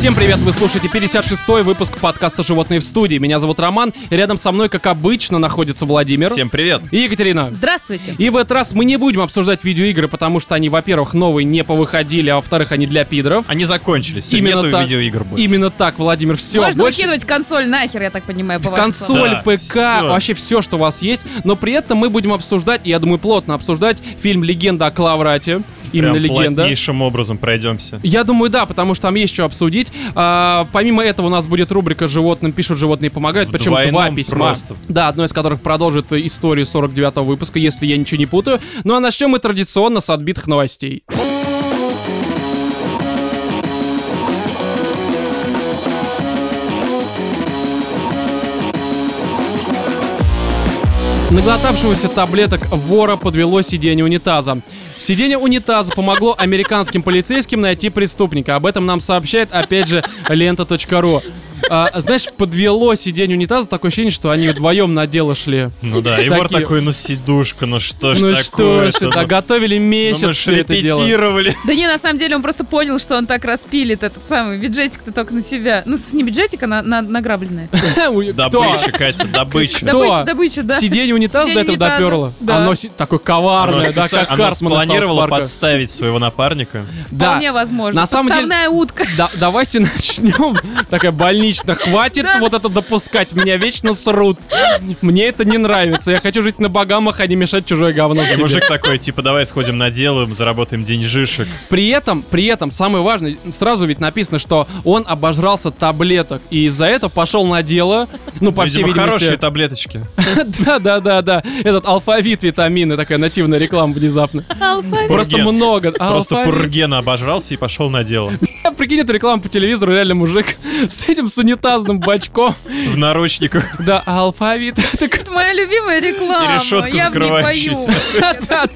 Всем привет, вы слушаете 56-й выпуск подкаста «Животные в студии». Меня зовут Роман, и рядом со мной, как обычно, находится Владимир. Всем привет. И Екатерина. Здравствуйте. И в этот раз мы не будем обсуждать видеоигры, потому что они, во-первых, новые не повыходили, а во-вторых, они для пидоров. Они закончились, Именно нету так, видеоигр больше. Именно так, Владимир, все. Можно больше... выкидывать консоль нахер, я так понимаю, по вашим словам. Консоль, Да, ПК, всё. вообще все, что у вас есть. Но при этом мы будем обсуждать, и я думаю, плотно обсуждать фильм «Легенда о Клаврате». Именно Прям «Легенда». плотнейшим образом пройдемся. Я думаю, да, потому что там есть что обсудить. Помимо этого у нас будет рубрика «Животным пишут, животные помогают». Причем два Вдвойном письма. просто. Да, одно из которых продолжит историю 49-го выпуска, если я ничего не путаю. Ну а начнем мы традиционно с отбитых новостей. Наглотавшегося таблеток вора подвело сиденье унитаза. Сиденье унитаза помогло американским полицейским найти преступника. Об этом нам сообщает, опять же, лента.ру. Знаешь, подвело сиденье унитаза, такое ощущение, что они вдвоем на дело шли. Ну да, и вор Такие. такой, ну сидушка, ну что ж Ну такое. что ж, это, готовили месяц мы ж все это дело. репетировали. Да не, на самом деле он просто понял, что он так распилит этот самый бюджетик-то только на себя. Ну, не бюджетик, а награбленное. Добыча, Катя, добыча. Кто? Добыча, да. Сиденье унитаза до Сиденье этого унитаза, доперло. да. Оно такое коварное, да, как Оно Картман из спланировало Саус Парка. подставить своего напарника. Да. Вполне возможно. На самом деле- Подставная утка. Давайте начнем. Такая больничная. Хватит вот это допускать. Меня вечно срут. Мне это не нравится. Я хочу жить на Багамах, а не мешать чужое говно в И себе. мужик такой, типа, давай сходим на дело, заработаем деньжишек. При этом, самое важное, сразу ведь написано, что он обожрался таблеток. И из-за этого пошел на дело. Ну, по всей Видимо, видимости. хорошие таблеточки. Да. Этот алфавит витамины, такая нативная реклама внезапно. Просто Пурген. много. Просто Алфавит. Пургена обожрался и пошел на дело. Прикинь, эту рекламу по телевизору, реально мужик с этим с унитазным бачком. В наручниках. Да, алфавит. Так, Это моя любимая реклама. И решетка Я в ней пою. закрывающаяся.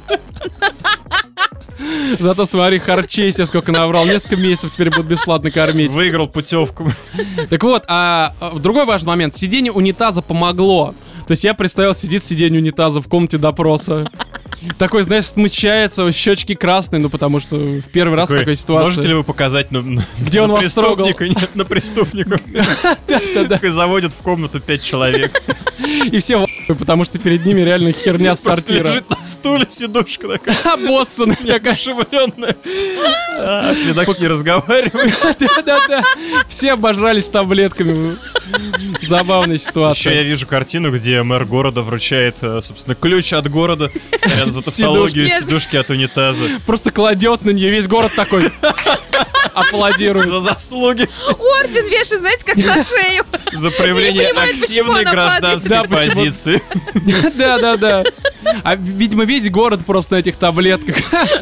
Зато смотри, харчей себе сколько набрал. Несколько месяцев теперь будут бесплатно кормить. Выиграл путевку. Так вот, другой важный момент. Сиденье унитаза помогло. То есть я представил, сидит сиденье унитаза в комнате допроса. Такой, знаешь, смущается, щечки красные, ну потому что в первый раз в такой ситуации. Можете ли вы показать, Где он вас трогал? Нет, на преступника. Да-да. Такой заводят в комнату 5 человек. И все в***ь, потому что перед ними реально херня с Просто сортира. лежит на стуле сидушка такая, Обоссанная такая. ошевленная. А следак с ней разговаривает. Да-да-да. Все обожрались таблетками. Забавная Еще я ситуация. вижу картину, где мэр города вручает, собственно, ключ от города. Сорян за тавтологию, Сидушки. сидушки от унитаза. Просто кладет на нее, весь город такой аплодирует. За заслуги, Орден вешай, знаете, как на шею. за проявление Не понимает, почему активной она гражданской падает. Да, почему- позиции. Да. А, видимо, весь город просто на этих таблетках.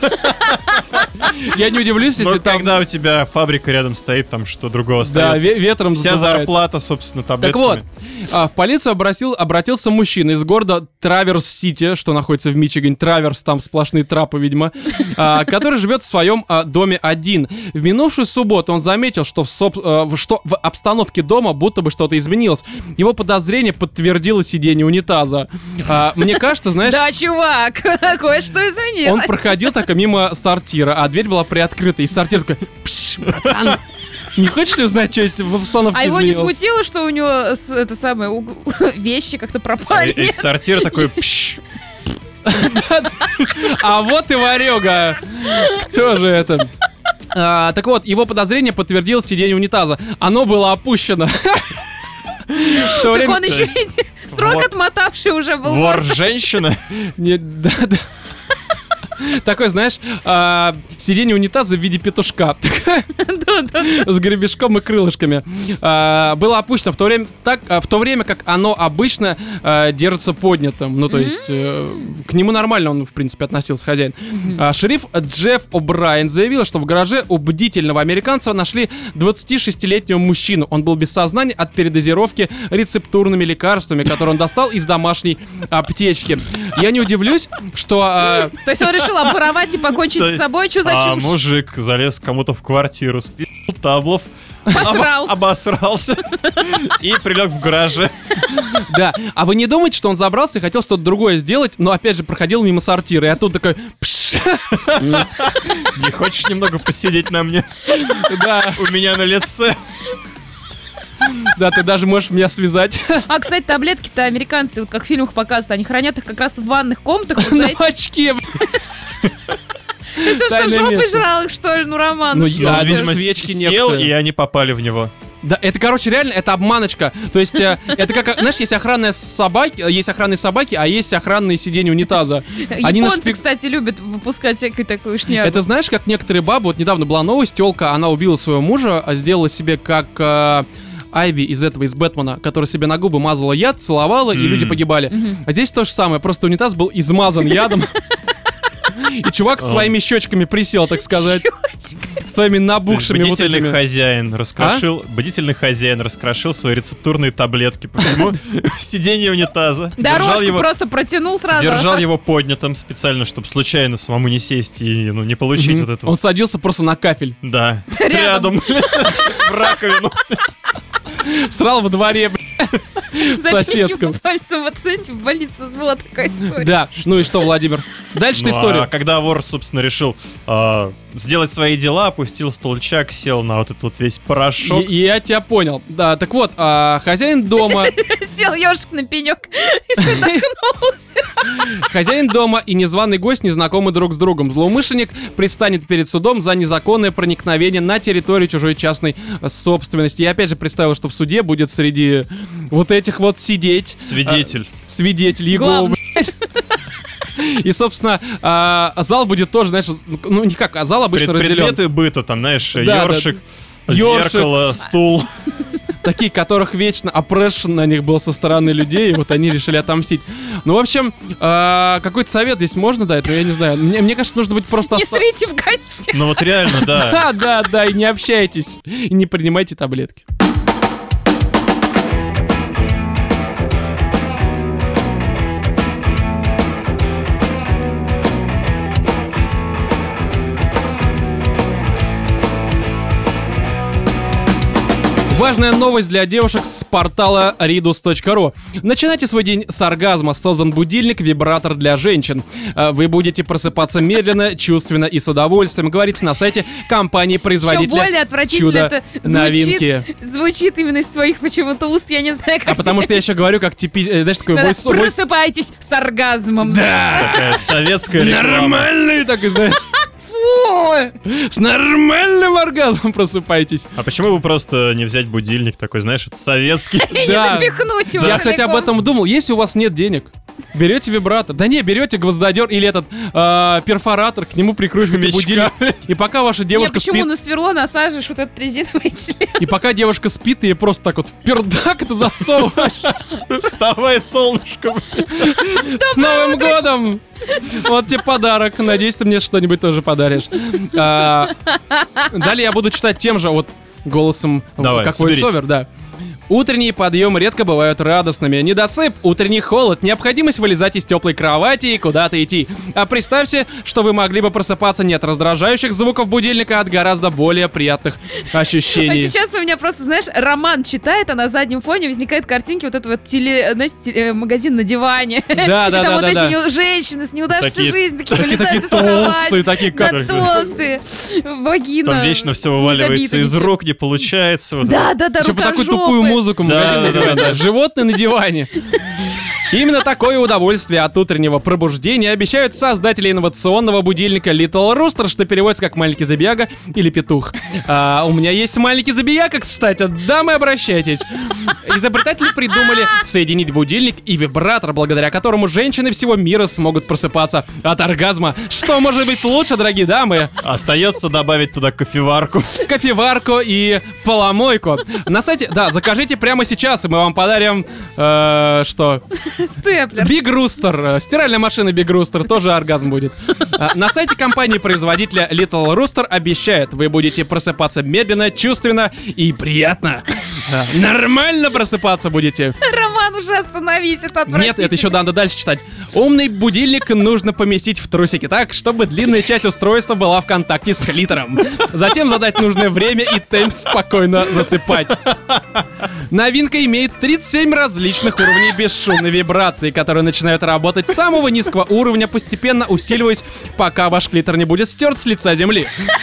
Я не удивлюсь, если Но там... когда у тебя фабрика рядом стоит, там что другого Да, остается. ветром Вся задувает. зарплата, собственно, Так таблетками. вот, в полицию обратился мужчина из города Траверс-Сити, что находится в Мичигане. Траверс, там сплошные трапы, видимо, который живет в своем доме один. В минувшую субботу он заметил, что в обстановке дома будто бы что-то изменилось. Его подозрение подтвердило сиденье унитаза. Мне кажется, знаешь... Да, чувак, кое-что Он изменилось. проходил так мимо сортира, а дверь была приоткрыта, и сортир такой: «Пш, братан, не хочешь ли узнать, что есть в обстановке А его не изменилось?» смутило, что у него это самое вещи как-то пропали? Из сортира такой пш. А вот и варёга. Кто же это? Так вот, его подозрение подтвердилось сиденье унитаза. Оно было опущено. В то Так время... он еще и срок вор- отмотавший уже был. Вор женщина. Да. Такой, знаешь, сиденье унитаза в виде петушка. С гребешком и крылышками. Было опущено в то время, как оно обычно держится поднятым. Ну, то есть, к нему нормально он, в принципе, относился хозяин. Шериф Джефф О'Брайен заявил, что в гараже у бдительного американца нашли 26-летнего мужчину. Он был без сознания от передозировки рецептурными лекарствами, которые он достал из домашней аптечки. Я не удивлюсь, что... То есть он решил обворовать и покончить То с есть, собой? Что за чушь? мужик залез кому-то в квартиру, спил таблов, Посрал. обосрался и прилег в гараже. Да, а вы не думаете, что он забрался и хотел что-то другое сделать, но опять же проходил мимо сортира, и оттуда такой... Не хочешь немного посидеть на мне? Да, У меня на лице. да, ты даже можешь меня связать. А, кстати, таблетки-то американцы, вот как в фильмах показывают, они хранят их как раз в ванных комнатах. Вот, На знаете. очке. То есть он что, тайное жопой место. жрал их, что ли? Ну, Роман, Ну, ну что да, Он, ты? видимо, свечки сел, некоторые. и они попали в него. Да, это, короче, реально, это обманочка. То есть, это как, знаешь, есть охранные собаки, а есть охранные сиденья унитаза. Они на Японцы, шпик- кстати, любят выпускать всякую такую шнягу. Это знаешь, как некоторые бабы, вот недавно была новость, тёлка, она убила своего мужа, сделала себе как Айви из Бэтмена, которая себе на губы мазала яд, целовала, и люди погибали. А здесь то же самое, просто унитаз был измазан ядом. И чувак со своими щечками присел, так сказать. Своими набухшими вот Бдительный этими. бдительный хозяин раскрошил свои рецептурные таблетки по всему сиденью унитаза. Дорожку просто протянул сразу. Держал его поднятым специально, чтобы случайно самому не сесть и не получить вот это. Он садился просто на кафель. Да. Рядом. В раковину. Срал во дворе, в соседском. Запихивал пальцем, вот знаете, в больнице была такая история. Да, ну и что, Владимир? Дальше-то Ну, а история. когда вор, собственно, решил сделать свои дела, опустил стульчак, сел на вот этот вот весь порошок. Я тебя понял. Да, так вот, хозяин дома... Сел ежик на пенек и задохнулся. Хозяин дома и незваный гость не знакомы друг с другом. Злоумышленник предстанет перед судом за незаконное проникновение на территорию чужой частной собственности. Я опять же представил, что в суде будет среди вот этих вот сидеть... Свидетель. Свидетель Иеговы, блядь. И, собственно, зал будет тоже, знаешь, ну не как, а зал обычно разделен. Предметы быта, там, знаешь, Да, ёршик, Ёршик. зеркало, стул. Такие, которых вечно опрессион на них был со стороны людей, и вот они решили отомстить. Ну, в общем, какой-то совет здесь можно дать, но я не знаю. Мне кажется, нужно быть просто... Не срите в гостях. Ну вот реально, да. Да, и не общайтесь, и не принимайте таблетки. Важная новость для девушек с портала ridus.ru. Начинайте свой день с оргазма. Создан будильник, вибратор для женщин. Вы будете просыпаться медленно, чувственно и с удовольствием. Говорится на сайте компании-производителя Еще более отвратительно это новинки. звучит именно из твоих почему-то уст. Я не знаю, как Потому что я еще говорю как знаешь, такой Да-да, voice- просыпайтесь с оргазмом. Да! Такая советская реклама. Нормальный такой, знаешь, Фу! с нормальным оргазмом просыпайтесь. А почему бы просто не взять будильник такой, знаешь, это советский? И не запихнуть его Я, кстати, об целиком. этом думал. Если у вас нет денег, берете вибратор. Да не, берете гвоздодер или этот перфоратор, к нему прикручиваете Хомячка. будильник. И пока ваша Не, девушка почему спит, на сверло насаживаешь вот этот резиновый член? и пока девушка спит, ты ей просто так вот в пердак это засовываешь. Вставай, солнышко. С Новым годом! Вот тебе подарок. Надеюсь, ты мне что-нибудь тоже подаришь. Далее я буду читать тем же вот голосом, Давай, как соберись. войсовер, да. Утренние подъемы редко бывают радостными. Недосып, утренний холод, необходимость вылезать из теплой кровати и куда-то идти. А представьте, что вы могли бы просыпаться не от раздражающих звуков будильника, а от гораздо более приятных А ощущений. сейчас у меня просто, знаешь, роман читает, а на заднем фоне возникают картинки вот это вот магазин на диване. Да, И там вот да. эти женщины с неудавшейся Такие- жизнью такие Такие вылезают из толстые, кровати. такие Да, как... толстые. Вагина. Там вечно все вываливается не из забита рук, не получается. Вот Да, Еще по такую рукожопы. тупую музыку в Да, магазине да, диване. да. Животные на диване. Именно такое удовольствие от утреннего пробуждения обещают создатели инновационного будильника Little Rooster, что переводится как «маленький забияга» или «петух». У меня есть маленький забияга, кстати, дамы, обращайтесь. Изобретатели придумали соединить будильник и вибратор, благодаря которому женщины всего мира смогут просыпаться от оргазма. Что может быть лучше, дорогие дамы? Остается добавить туда кофеварку. Кофеварку и поломойку. На сайте, да, закажите прямо сейчас, и мы вам подарим, что? Степлер. Big Rooster, стиральная машина Big Rooster, тоже оргазм будет. На сайте компании-производителя Little Rooster обещают, вы будете просыпаться медленно, чувственно и приятно. Нормально просыпаться будете. Роман Роман, уже остановись, это отвратительно. Нет, это еще надо дальше читать. Умный будильник нужно поместить в трусики так, чтобы длинная часть устройства была в контакте с клитором. Затем задать нужное время и темп спокойно засыпать. Новинка имеет 37 различных уровней бесшумной вибрации, которые начинают работать с самого низкого уровня, постепенно усиливаясь, пока ваш клитор не будет стерт с лица земли.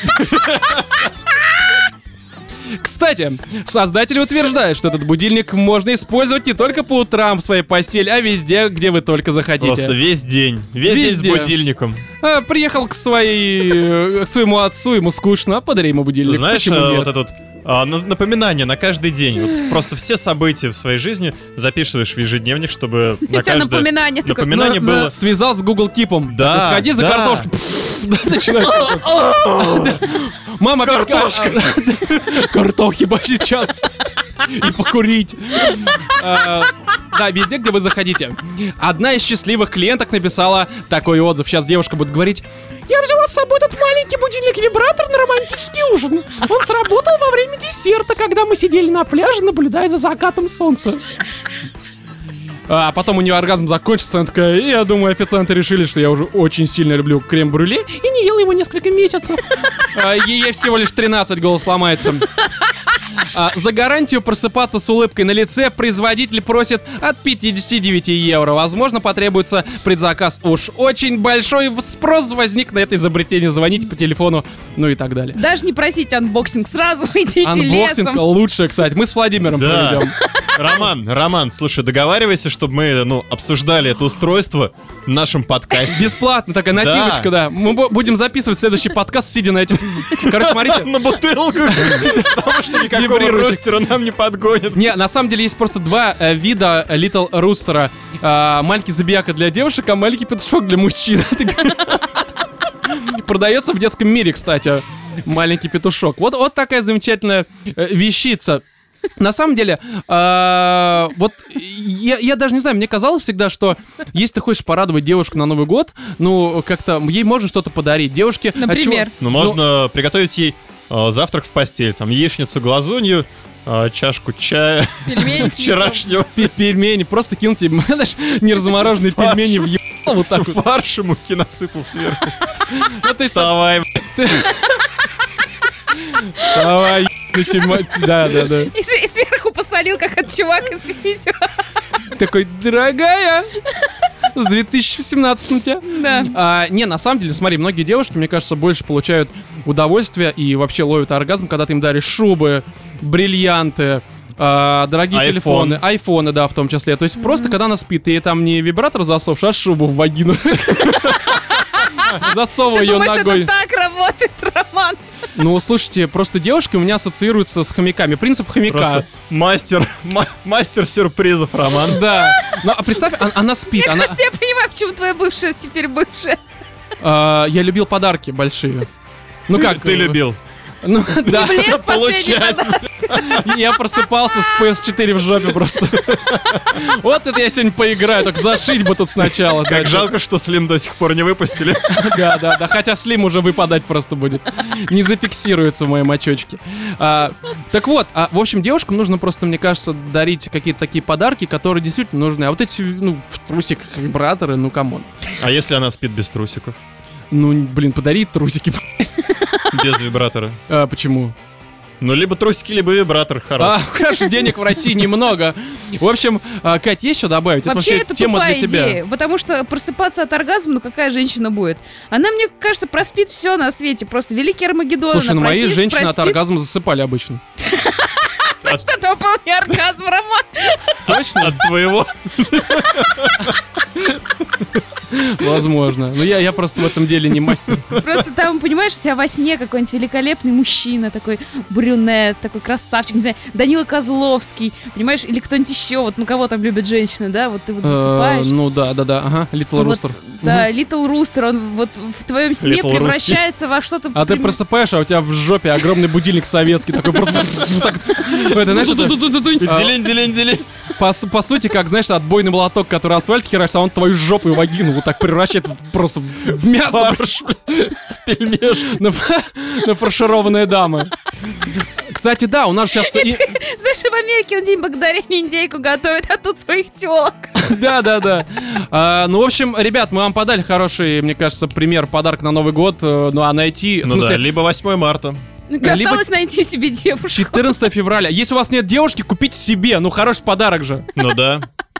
Кстати, создатели утверждают, что этот будильник можно использовать не только по утрам в своей постели, а везде, где вы только захотите. Просто весь день. Весь день с Везде. будильником. Приехал к своему отцу, ему скучно, подари ему будильник. Знаешь, Почему нет? вот это вот напоминание на каждый день. Вот просто все события в своей жизни записываешь в ежедневник, чтобы У тебя напоминание такое. напоминание было... Связал с Google Кипом. Да, Сходи за да. картошкой. Начинаешь. Мама, Картошка. Картохи бы сейчас. И покурить. Да, везде, где вы заходите. Одна из счастливых клиенток написала такой отзыв. Сейчас девушка будет говорить: я взяла с собой этот маленький будильник-вибратор на романтический ужин. Он сработал во время десерта, когда мы сидели на пляже, наблюдая за закатом солнца. А потом у нее оргазм закончился, она такая: я думаю, официанты решили, что я уже очень сильно люблю крем-брюле и не ела его несколько месяцев. Ей всего лишь 13, голос ломается. За гарантию просыпаться с улыбкой на лице производитель просит от 59 евро. Возможно, потребуется предзаказ. Уж очень большой спрос возник на это изобретение. Звоните по телефону, ну и так далее. Даже не просите анбоксинг, сразу идите Анбоксинг лесом. лучше, кстати. Мы с Владимиром Да. проведем. Роман, слушай, договаривайся, чтобы мы, обсуждали это устройство в нашем подкасте. Бесплатно, такая нативочка, да. Мы будем записывать следующий подкаст, сидя на этим. Короче, смотрите. На бутылку. Потому что никакого Вибрирующий. ростера нам не подгонят. Не, на самом деле есть просто два вида Little Rooster. Маленький забияка для девушек, а маленький петушок для мужчин. Продается в детском мире, кстати, маленький петушок. Вот такая замечательная вещица. На самом деле, вот я даже не знаю, мне казалось всегда, что если ты хочешь порадовать девушку на Новый год, ну, как-то ей можно что-то подарить. Девушке... Например? Можно приготовить ей завтрак в постель. Там яичницу, глазунью, чашку чая Пельмени с яйцом. вчерашнего, Пельмени, просто кинуть ей, знаешь, неразмороженные Фарш. пельмени в ебало, вот так вот. фарш и муки насыпал сверху. Ну, то есть, Вставай, давай, да. И сверху посолил, как от чувак из видео. Такой: дорогая, с 2017 на тебя. Да. Не, на самом деле, смотри, многие девушки, мне кажется, больше получают удовольствие и вообще ловят оргазм, когда ты им даришь шубы, бриллианты, дорогие iPhone. телефоны, айфоны, да, в том числе. То есть просто, когда она спит, ты там не вибратор засовываешь, а шубу в вагину. Засовывай Ты ее думаешь, ногой. это так работает, Роман? Ну, слушайте, просто девушки у меня ассоциируются с хомяками. Принцип хомяка. Просто мастер сюрпризов, Роман. Да. Ну, а представь, она спит. Мне кажется, я понимаю, почему твоя бывшая теперь бывшая. Я любил подарки большие. Ну как? Ты любил. Ну, да. В лес последний Получается. подарок. Я просыпался с PS4 в жопе просто. Вот это я сегодня поиграю, так зашить бы тут сначала. Как Да, жалко, что Слим до сих пор не выпустили. Да, хотя Слим уже выпадать просто будет. Не зафиксируется в моей мочочке. Так вот, в общем, девушкам нужно просто, мне кажется, дарить какие-то такие подарки, которые действительно нужны. А вот эти, в трусиках вибраторы, ну, камон. А если она спит без трусиков? Ну, блин, подари трусики. Без вибратора? Почему? Ну, либо трусики, либо вибратор. Хорош. Хорошо, денег в России немного. В общем, Кать, есть что добавить? Вообще, это тема тупая для тебя. идея, потому что просыпаться от оргазма, ну какая женщина будет? Она, мне кажется, проспит все на свете, просто великий Армагеддон. Слушай, она ну мои проспит, женщины от оргазма засыпали обычно. Значит, это был не оргазм, Роман. Точно? От твоего? Возможно. Но я просто в этом деле не мастер. Просто там, понимаешь, у тебя во сне какой-нибудь великолепный мужчина, такой брюнет, такой красавчик, не знаю, Данила Козловский, понимаешь, или кто-нибудь еще, вот, ну кого там любят женщины, да, вот ты вот засыпаешь. Ну да, ага, Little Вот, Rooster. да, Little Rooster, он вот в твоем сне Little превращается во что-то... А ты просыпаешь, а у тебя в жопе огромный будильник советский, такой просто... Это, знаешь, Делень. по сути, как, знаешь, отбойный молоток, который асфальт херачит, а он твою жопу и вагину вот так превращает просто в мясо. Фарш, в пельмешку. Нафаршированная дама. Кстати, да, у нас сейчас... Знаешь, в Америке на День благодарения индейку готовят, а тут своих тёлок. Да. Ну, в общем, ребят, мы вам подали хороший, мне кажется, пример подарка на Новый год. Ну, а найти... в Ну да, смысле, либо 8 марта. Осталось найти себе девушку. 14 февраля. Если у вас нет девушки, купите себе. Ну, хороший подарок же. Ну да.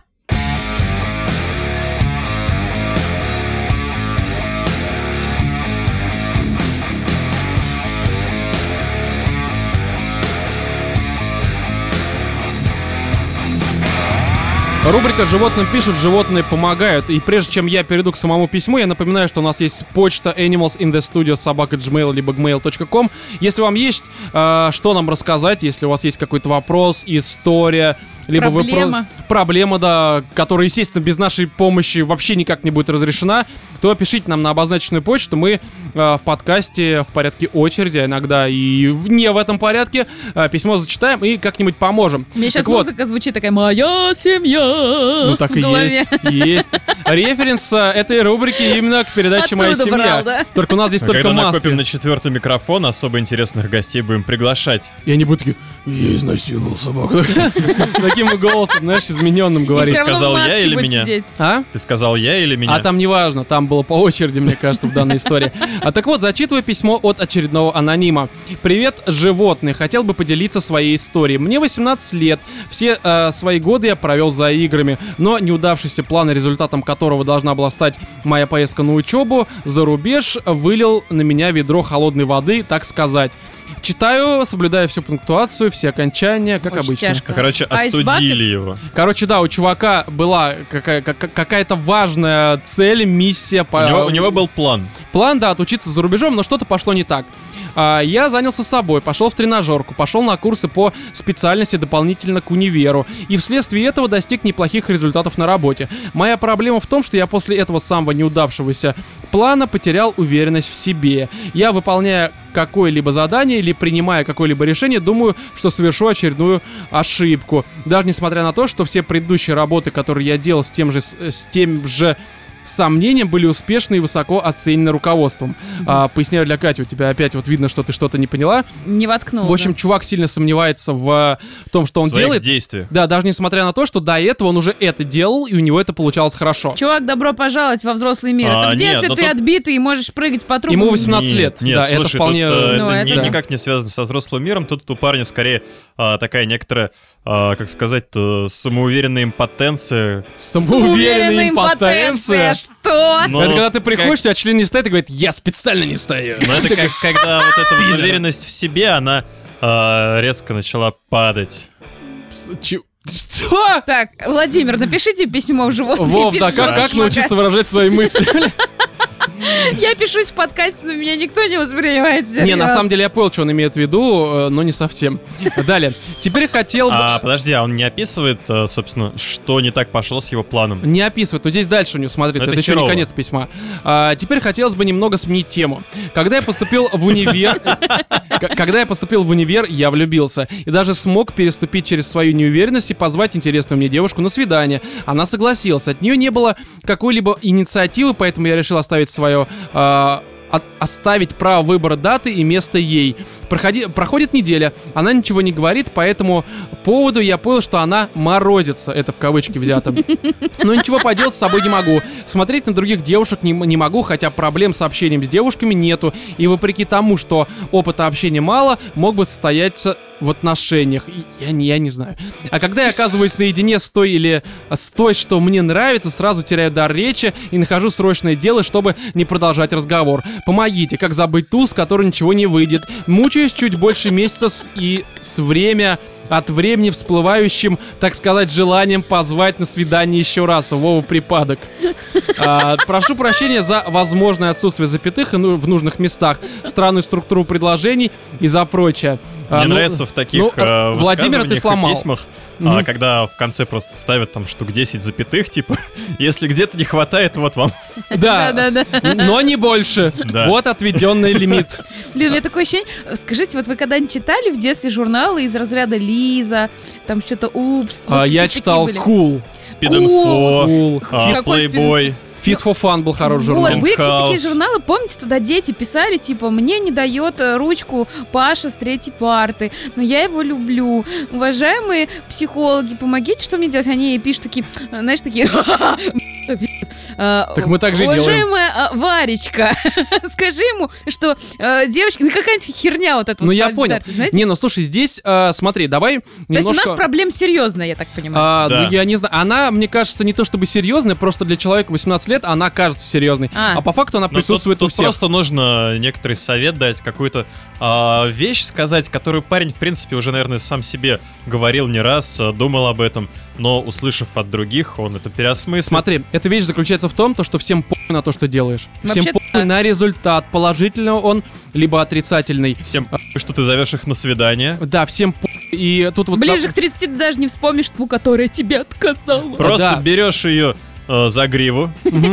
Рубрика «Животным пишут, животные помогают». И прежде чем я перейду к самому письму, я напоминаю, что у нас есть почта animalsinthestudio@gmail либо gmail.com. Если вам есть что нам рассказать, если у вас есть какой-то вопрос, история, либо проблема, да, которая, естественно, без нашей помощи вообще никак не будет разрешена, то пишите нам на обозначенную почту. Мы в подкасте в порядке очереди, а иногда и не в этом порядке, письмо зачитаем и как-нибудь поможем. У меня сейчас музыка звучит такая: «Моя семья». Ну так и есть. Референс этой рубрики именно к передаче «Моя семья». Да? Только у нас здесь только когда маски. накопим на 4-й микрофон, особо интересных гостей будем приглашать. И они будут такие: «Я изнасиловал собаку». Таким голосом, знаешь, измененным говорить. Ты сказал я или меня? Ты сказал я или меня? А там неважно, там было по очереди, мне кажется, в данной истории. Так вот, зачитываю письмо от очередного анонима. «Привет, животные. Хотел бы поделиться своей историей. Мне 18 лет. Все свои годы я провел за играми, но неудавшийся план, результатом которого должна была стать моя поездка на учебу за рубеж, вылил на меня ведро холодной воды, так сказать. Читаю, соблюдая всю пунктуацию, все окончания, как очень обычно». Тяжко. Короче, остудили его. Короче, да, у чувака была какая-то важная цель, миссия. У него был план. План, да, отучиться за рубежом, но что-то пошло не так. Я занялся собой, пошел в тренажерку, пошел на курсы по специальности дополнительно к универу, и вследствие этого достиг неплохих результатов на работе. Моя проблема в том, что я после этого самого неудавшегося плана потерял уверенность в себе. Я, выполняя какое-либо задание или принимая какое-либо решение, думаю, что совершу очередную ошибку. Даже несмотря на то, что все предыдущие работы, которые я делал с тем же сомнением, были успешны и высоко оценены руководством. Поясняю для Кати, у тебя опять вот видно, что ты что-то не поняла. Не воткнул. В общем, чувак сильно сомневается в том, что он делает. Действиях. Да, даже несмотря на то, что до этого он уже это делал, и у него это получалось хорошо. Чувак, добро пожаловать во взрослый мир. Это в детстве ты отбитый и можешь прыгать по трубам. Ему 18 лет. Нет, да, слушай, это вполне... это никак не связано со взрослым миром. Тут у парня скорее такая некоторая, как сказать-то, самоуверенная импотенция. Самоуверенная импотенция? Что? Это когда ты приходишь, у тебя член не стоит и говорит: «Я специально не стою». Ну это как когда вот эта вот уверенность в себе, она резко начала падать. Что? Так, Владимир, напишите письмо в животные. Вов, да, как научиться выражать свои мысли? Я пишусь в подкасте, но меня никто не воспринимает всерьез. Не, на самом деле я понял, что он имеет в виду, но не совсем. Далее. Теперь хотел бы... Подожди, а он не описывает, собственно, что не так пошло с его планом? Не описывает, но здесь дальше у него, смотри, это еще не конец письма. Теперь хотелось бы немного сменить тему. Когда я поступил в универ, я влюбился. И даже смог переступить через свою неуверенность и позвать интересную мне девушку на свидание. Она согласилась. От нее не было какой-либо инициативы, поэтому я решил оставить оставить право выбора даты и места ей. Проходит неделя, она ничего не говорит, по этому поводу я понял, что она морозится, это в кавычки взято. Но ничего поделать с собой не могу. Смотреть на других девушек не могу, хотя проблем с общением с девушками нету. И вопреки тому, что опыта общения мало, мог бы состояться в отношениях. Я не знаю. А когда я оказываюсь наедине с той, что мне нравится, сразу теряю дар речи и нахожу срочное дело, чтобы не продолжать разговор. Помогите, как забыть ту, с которой ничего не выйдет. Мучаюсь чуть больше месяца и от времени всплывающим, так сказать, желанием позвать на свидание еще раз. Вова, припадок. Прошу прощения за возможное отсутствие запятых в нужных местах, странную структуру предложений и за прочее. Мне нравится в таких Владимир, ты сломал. И письмах, когда в конце просто ставят там штук 10 запятых, типа, если где-то не хватает, вот вам. Да, но не больше. Вот отведенный лимит. Блин, у меня такое ощущение. Скажите, вот вы когда-нибудь читали в детстве журналы из разряда Лиза, там что-то Упс? Я читал Cool. Speed Info, Playboy. Fit for Fun был хороший журнал. Вот, были Penthouse. такие журналы, помните, туда дети писали, типа, мне не дает ручку Паша с 3-й парты, но я его люблю. Уважаемые психологи, помогите, что мне делать? Они ей пишут такие, знаешь, такие... Так мы так же и делаем. Уважаемая Варечка, скажи ему, что девочки, ну какая-нибудь херня вот эта. Ну я понял. Не, ну слушай, здесь, смотри, давай немножко... То есть у нас проблема серьезная, я так понимаю. Да. Ну, я не знаю. Она, мне кажется, не то чтобы серьезная, просто для человека 18 лет она кажется серьезной. А по факту она Ну, присутствует у тут всех. просто нужно некоторый совет дать, какую-то вещь сказать, которую парень, в принципе, уже, наверное, сам себе говорил не раз, думал об этом, но, услышав от других, он это переосмыслит. Смотри, эта вещь заключается в том, что всем похуй на то, что делаешь. Всем Вообще-то похуй да. на результат, положительный он, либо отрицательный. Всем что ты зовешь их на свидание. Да, всем похуй. И тут вот... Ближе к 30 ты даже не вспомнишь ту, которая тебе отказала. Просто да. берешь ее за гриву.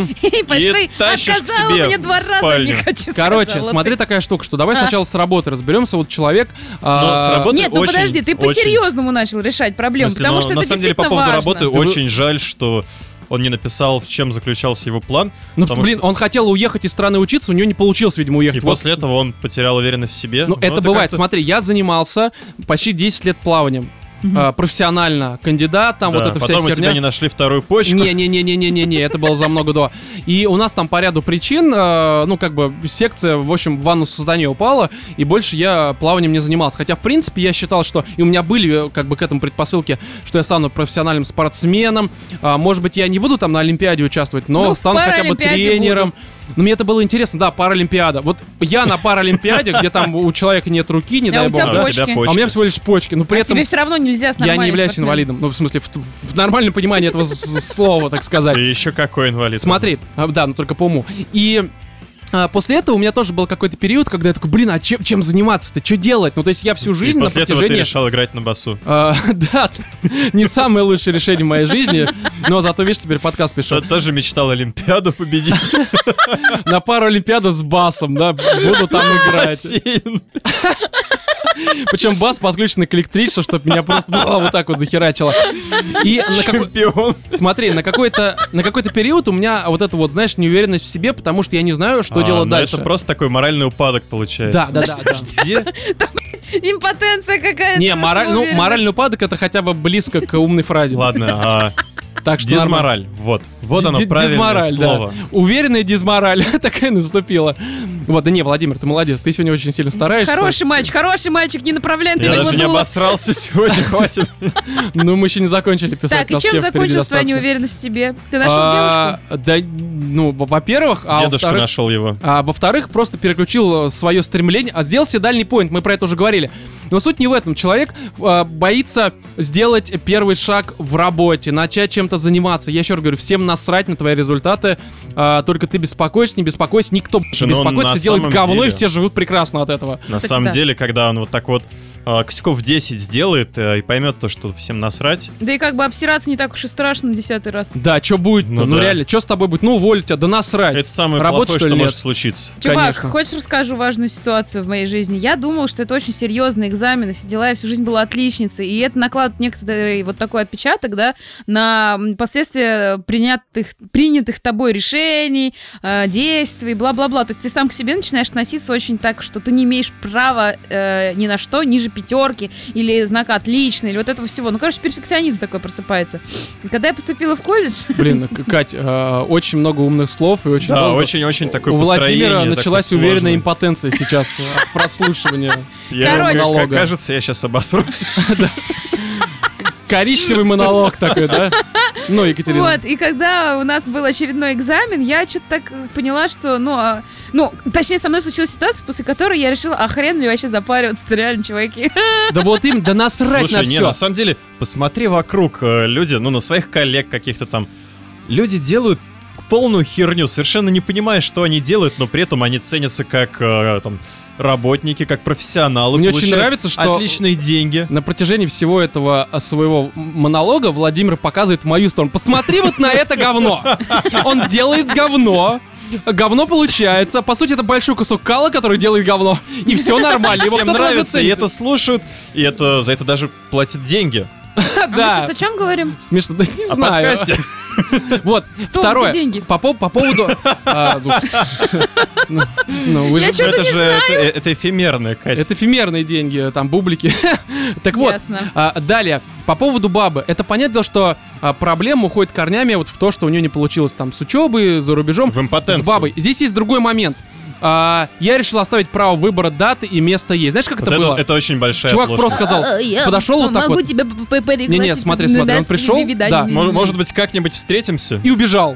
И почти тащишь к отказала себе мне в 2 раза, спальню. не хочу Короче, сказала смотри, ты. такая штука, что давай сначала с работы разберемся. Вот человек... Но с работы Нет, ну очень, подожди, ты очень- по-серьезному начал решать В проблему, смысле, потому но что на это самом деле, по действительно поводу важно. работы очень жаль, что он не написал, в чем заключался его план. Ну, потому блин, что- он хотел уехать из страны учиться, у него не получилось, видимо, уехать. И Вот. после этого он потерял уверенность в себе. Ну, это бывает. как-то- Смотри, я занимался почти 10 лет плаванием. Профессионально. Кандидат, там Да, вот эта вся потом у херня. тебя не нашли вторую почку. Не, это было за много до. И у нас там по ряду причин, ну, как бы, секция, в общем, в ванну с сатане упала, и больше я плаванием не занимался. Хотя, в принципе, я считал, что... И у меня были, как бы, к этому предпосылки, что я стану профессиональным спортсменом. Может быть, я не буду там на Олимпиаде участвовать, но Ну, в стану хотя бы Паралимпиаде тренером. Но мне это было интересно, да, Паралимпиада. Вот я на Паралимпиаде, где там у человека нет руки, не А дай у тебя бог, А да? у тебя почки. почки. А у меня всего лишь почки. Но при А этом тебе все равно нельзя с я нормальным не являюсь спортсменом. инвалидом. Ну, в смысле, в нормальном понимании этого слова, так сказать. Ты еще какой инвалид? Смотри, да, но только по уму. И после этого у меня тоже был какой-то период, когда я такой, блин, а чем заниматься-то? Что делать? Ну, то есть я всю И жизнь на после этого ты протяжении... решал играть на басу. Да, не самое лучшее решение в моей жизни, но зато, видишь, теперь подкаст пишу. Что тоже мечтал Олимпиаду победить. На пару Олимпиаду с басом, да, буду там играть. Бассейн. Причем бас подключенный к электричеству, чтобы меня просто вот так вот захерачило. И Чемпион. смотри, на какой-то период у меня вот эта вот, знаешь, неуверенность в себе, потому что я не знаю, что делать ну дальше. Это просто такой моральный упадок получается. Да. Где? Импотенция какая-то. Не, моральный упадок — это хотя бы близко к умной фразе. Ладно, Так что нормально. дизмораль. Вот оно правильное Дизмораль, слово. да. Уверенная дизмораль такая наступила. Вот, да не, Владимир, ты молодец, ты сегодня очень сильно стараешься. Хороший мальчик, не направляй на Я него даже не дуло. обосрался сегодня, хватит. Ну, мы еще не закончили писать. Так, и нас чем тем впереди закончилась твоя достаточно. неуверенность в себе? Ты нашел девушку? Да, ну, во-первых, а Дедушка во-вторых... нашел его. А во-вторых, просто переключил свое стремление, сделал себе дальний поинт, мы про это уже говорили. Но суть не в этом. Человек боится сделать первый шаг в работе, начать чем-то заниматься. Я еще раз говорю, всем насрать на твои результаты, только ты беспокоишься, не беспокойся, никто не Но беспокоится, на делает самом говно, и деле- все живут прекрасно от этого. На Кстати, самом да. деле, когда он вот так вот косяков 10 сделает и поймет то, что всем насрать. Да и как бы обсираться не так уж и страшно на 10-й раз. Да, что будет-то? Ну Ну да. реально, что с тобой будет? Ну, уволить тебя, да насрать. Это самое Работать, плохое, что что ли, может нет? случиться. Чувак, Конечно. хочешь расскажу важную ситуацию в моей жизни? Я думала, что это очень серьезный экзамен, и все дела, я всю жизнь была отличницей. И это накладывает некоторый вот такой отпечаток, да, на последствия принятых тобой решений, действий, бла-бла-бла. То есть ты сам к себе начинаешь относиться очень так, что ты не имеешь права ни на что ниже 5 или знака отлично, или вот этого всего. Ну, короче, перфекционизм такой просыпается. И когда я поступила в колледж... Блин, Кать, очень много умных слов и очень Да, долго. очень-очень такое У построение. Владимира такое началась сложное. уверенная импотенция сейчас от прослушивания. Короче. Монолога. Кажется, я сейчас обосрусь. Коричневый монолог такой, да? Ну, Екатерина. Вот, и когда у нас был очередной экзамен, я что-то так поняла, что, точнее, со мной случилась ситуация, после которой я решила, а хрен ли вообще запариваться-то реально, чуваки. Да вот им, да насрать Слушай, на не, все. на самом деле, посмотри вокруг, люди, на своих коллег каких-то там. Люди делают полную херню, совершенно не понимая, что они делают, но при этом они ценятся как там работники, как профессионалы. Мне очень получают нравится, что- отличные деньги. На протяжении всего этого своего монолога Владимир показывает в мою сторону. Посмотри вот на это говно. Он делает говно. Говно получается. По сути, это большой кусок кала, который делает говно. И все нормально. Его Всем кто-то даже нравится, и ценит. это слушают, и это за это даже платят деньги. А мы Да. сейчас о чем говорим? Смешно, да не О знаю. подкасте. Вот, второе. деньги? По поводу... Это эфемерное, Катя. Это эфемерные деньги, там, бублики. Так вот, далее, по поводу бабы. Это понятно, что проблема уходит корнями вот в то, что у нее не получилось там с учебой, за рубежом, в импотенцию. с бабой. Здесь есть другой момент. Я решил оставить право выбора даты и места есть. Знаешь, как вот это было? Это очень большая Чувак оплошность. просто сказал, подошел вот так вот. Могу тебя пригласить. Не-не, смотри, он пришел, да. Может быть, как-нибудь встретимся? И убежал.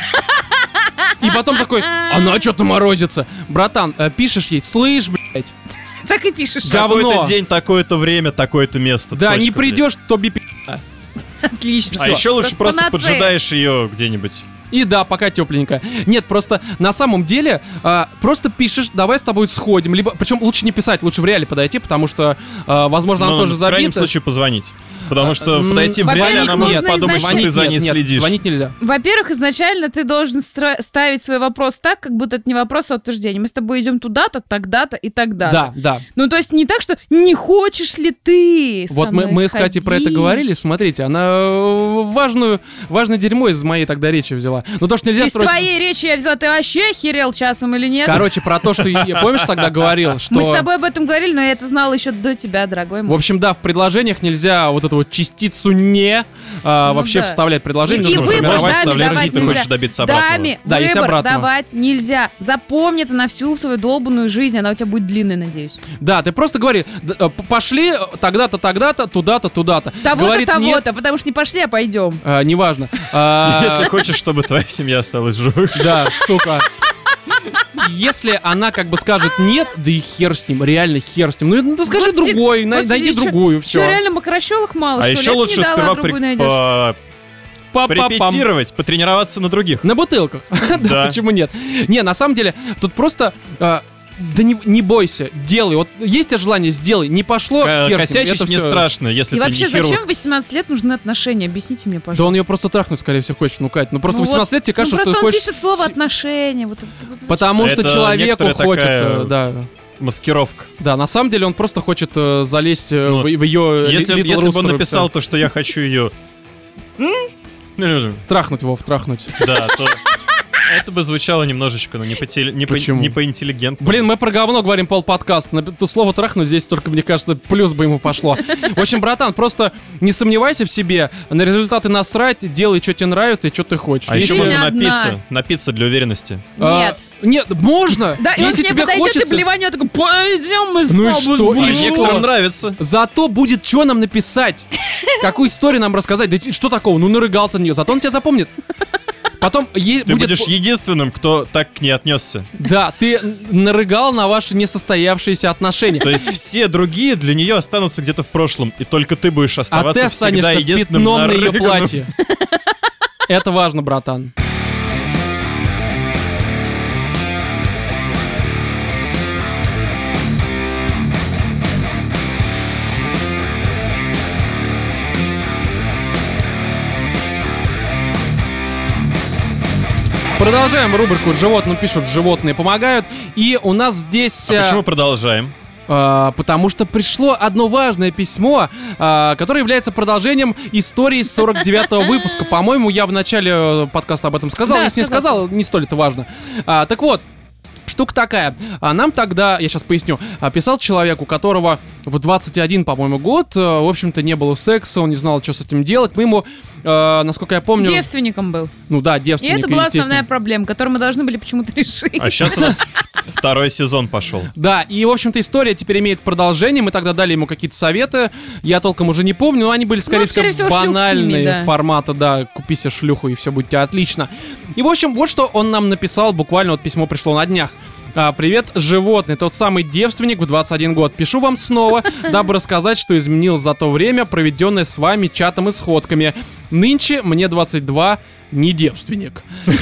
И потом такой, она что-то морозится. Братан, пишешь ей, слышь, блядь. Так и пишешь. Такой-то день, такое-то время, такое-то место. Да, не придешь, то би. Отлично. А еще лучше просто поджидаешь ее где-нибудь. И да, пока тепленько. Нет, просто на самом деле просто пишешь, давай с тобой сходим. Либо, причем лучше не писать, лучше в реале подойти, потому что, возможно, она тоже забита. В крайнем случае позвонить. Потому что подойти в реале, она может подумать, что ты за ней следишь. Звонить нельзя. Во-первых, изначально ты должен ставить свой вопрос так, как будто это не вопрос, а утверждение. Мы с тобой идем туда-то, тогда-то и тогда-то. Да. Ну, то есть не так, что не хочешь ли ты со Вот мы с Катей про это говорили, смотрите, она важное дерьмо из моей тогда речи взяла. Ну, то, что нельзя из твоей речи я взяла, ты вообще охерел часом или нет? Короче, про то, что я, помнишь, тогда говорил, что... Мы с тобой об этом говорили, но я это знала еще до тебя, дорогой мой. В общем, да, в предложениях нельзя вот эту вот частицу «не» вообще вставлять в предложение. И выбор даме давать ты хочешь добиться обратного. Даме выбор давать нельзя. Запомни это на всю свою долбанную жизнь, она у тебя будет длинной, надеюсь. Да, ты просто говори, пошли тогда-то, тогда-то, туда-то, туда-то. Того-то, того-то, потому что не пошли, а пойдем. Неважно. Если хочешь, чтобы твоя семья осталась живой. Да, сука. Если она как бы скажет нет, да и хер с ним, реально хер с ним. Ну, скажи другой, найди другую, все. Что, реально макрощелок мало, а что ли? еще лучше сперва порепетировать, потренироваться на других. На бутылках. Да, почему нет? Не, на самом деле, тут просто... Да не бойся, делай. Вот есть у тебя желание, сделай. Не пошло, хер с ним. Косячить не страшно, если и ты вообще, не хирург. зачем в 18 лет нужны отношения? Объясните мне, пожалуйста. Да он ее просто трахнуть, скорее всего, хочет. Ну, Кать, просто 18 лет тебе кажется, что ты просто хочешь... он пишет слово «отношения». Потому что человеку хочется, да. Маскировка. Да, на самом деле он просто хочет залезть в ее... Если бы он написал то, что я хочу ее... Трахнуть, Вов, трахнуть. Да, то... Это бы звучало немножечко, но не по-интеллигентному. Блин, мы про говно говорим полподкаста. То слово «трахнуть» здесь только, мне кажется, плюс бы ему пошло. В общем, братан, просто не сомневайся в себе, на результаты насрать, делай, что тебе нравится и что ты хочешь. А еще можно напиться для уверенности. Нет. Нет, можно. Да, и он если к ней тебе подойдет хочется... и блеванет, такой, пойдем мы с Ну и тобой. что? А некоторым нравится. Зато будет что нам написать. Какую историю нам рассказать. Да что такого? Ну нарыгал-то на нее. Зато он тебя запомнит. Потом ты будешь единственным, кто так к ней отнесся. Да, ты нарыгал на ваши несостоявшиеся отношения. То есть все другие для нее останутся где-то в прошлом, и только ты будешь оставаться ты всегда останешься единственным пятном на ее нарыганным. платье. Это важно, братан. Продолжаем рубрику «Животным пишут, животные помогают». И у нас здесь... А почему продолжаем? Потому что пришло одно важное письмо, которое является продолжением истории с 49-го выпуска. По-моему, я в начале подкаста об этом сказал. Да, если не сказал, не столь это важно. Так вот, штука такая. Нам тогда, я сейчас поясню, писал человек, у которого в 21, по-моему, год, в общем-то, не было секса, он не знал, что с этим делать. Мы ему, насколько я помню... Девственником был. Ну да, девственник. И это была основная проблема, которую мы должны были почему-то решить. А сейчас у нас второй сезон пошел. Да, и, в общем-то, история теперь имеет продолжение. Мы тогда дали ему какие-то советы. Я толком уже не помню, но они были, скорее всего, банальные формата, да, купи себе шлюху, и все будет у тебя отлично. И, в общем, вот что он нам написал, буквально вот письмо пришло на днях. Привет, животный, тот самый девственник в 21 год. Пишу вам снова, дабы рассказать, что изменил за то время, проведенное с вами чатом и сходками. Нынче мне 22, не девственник.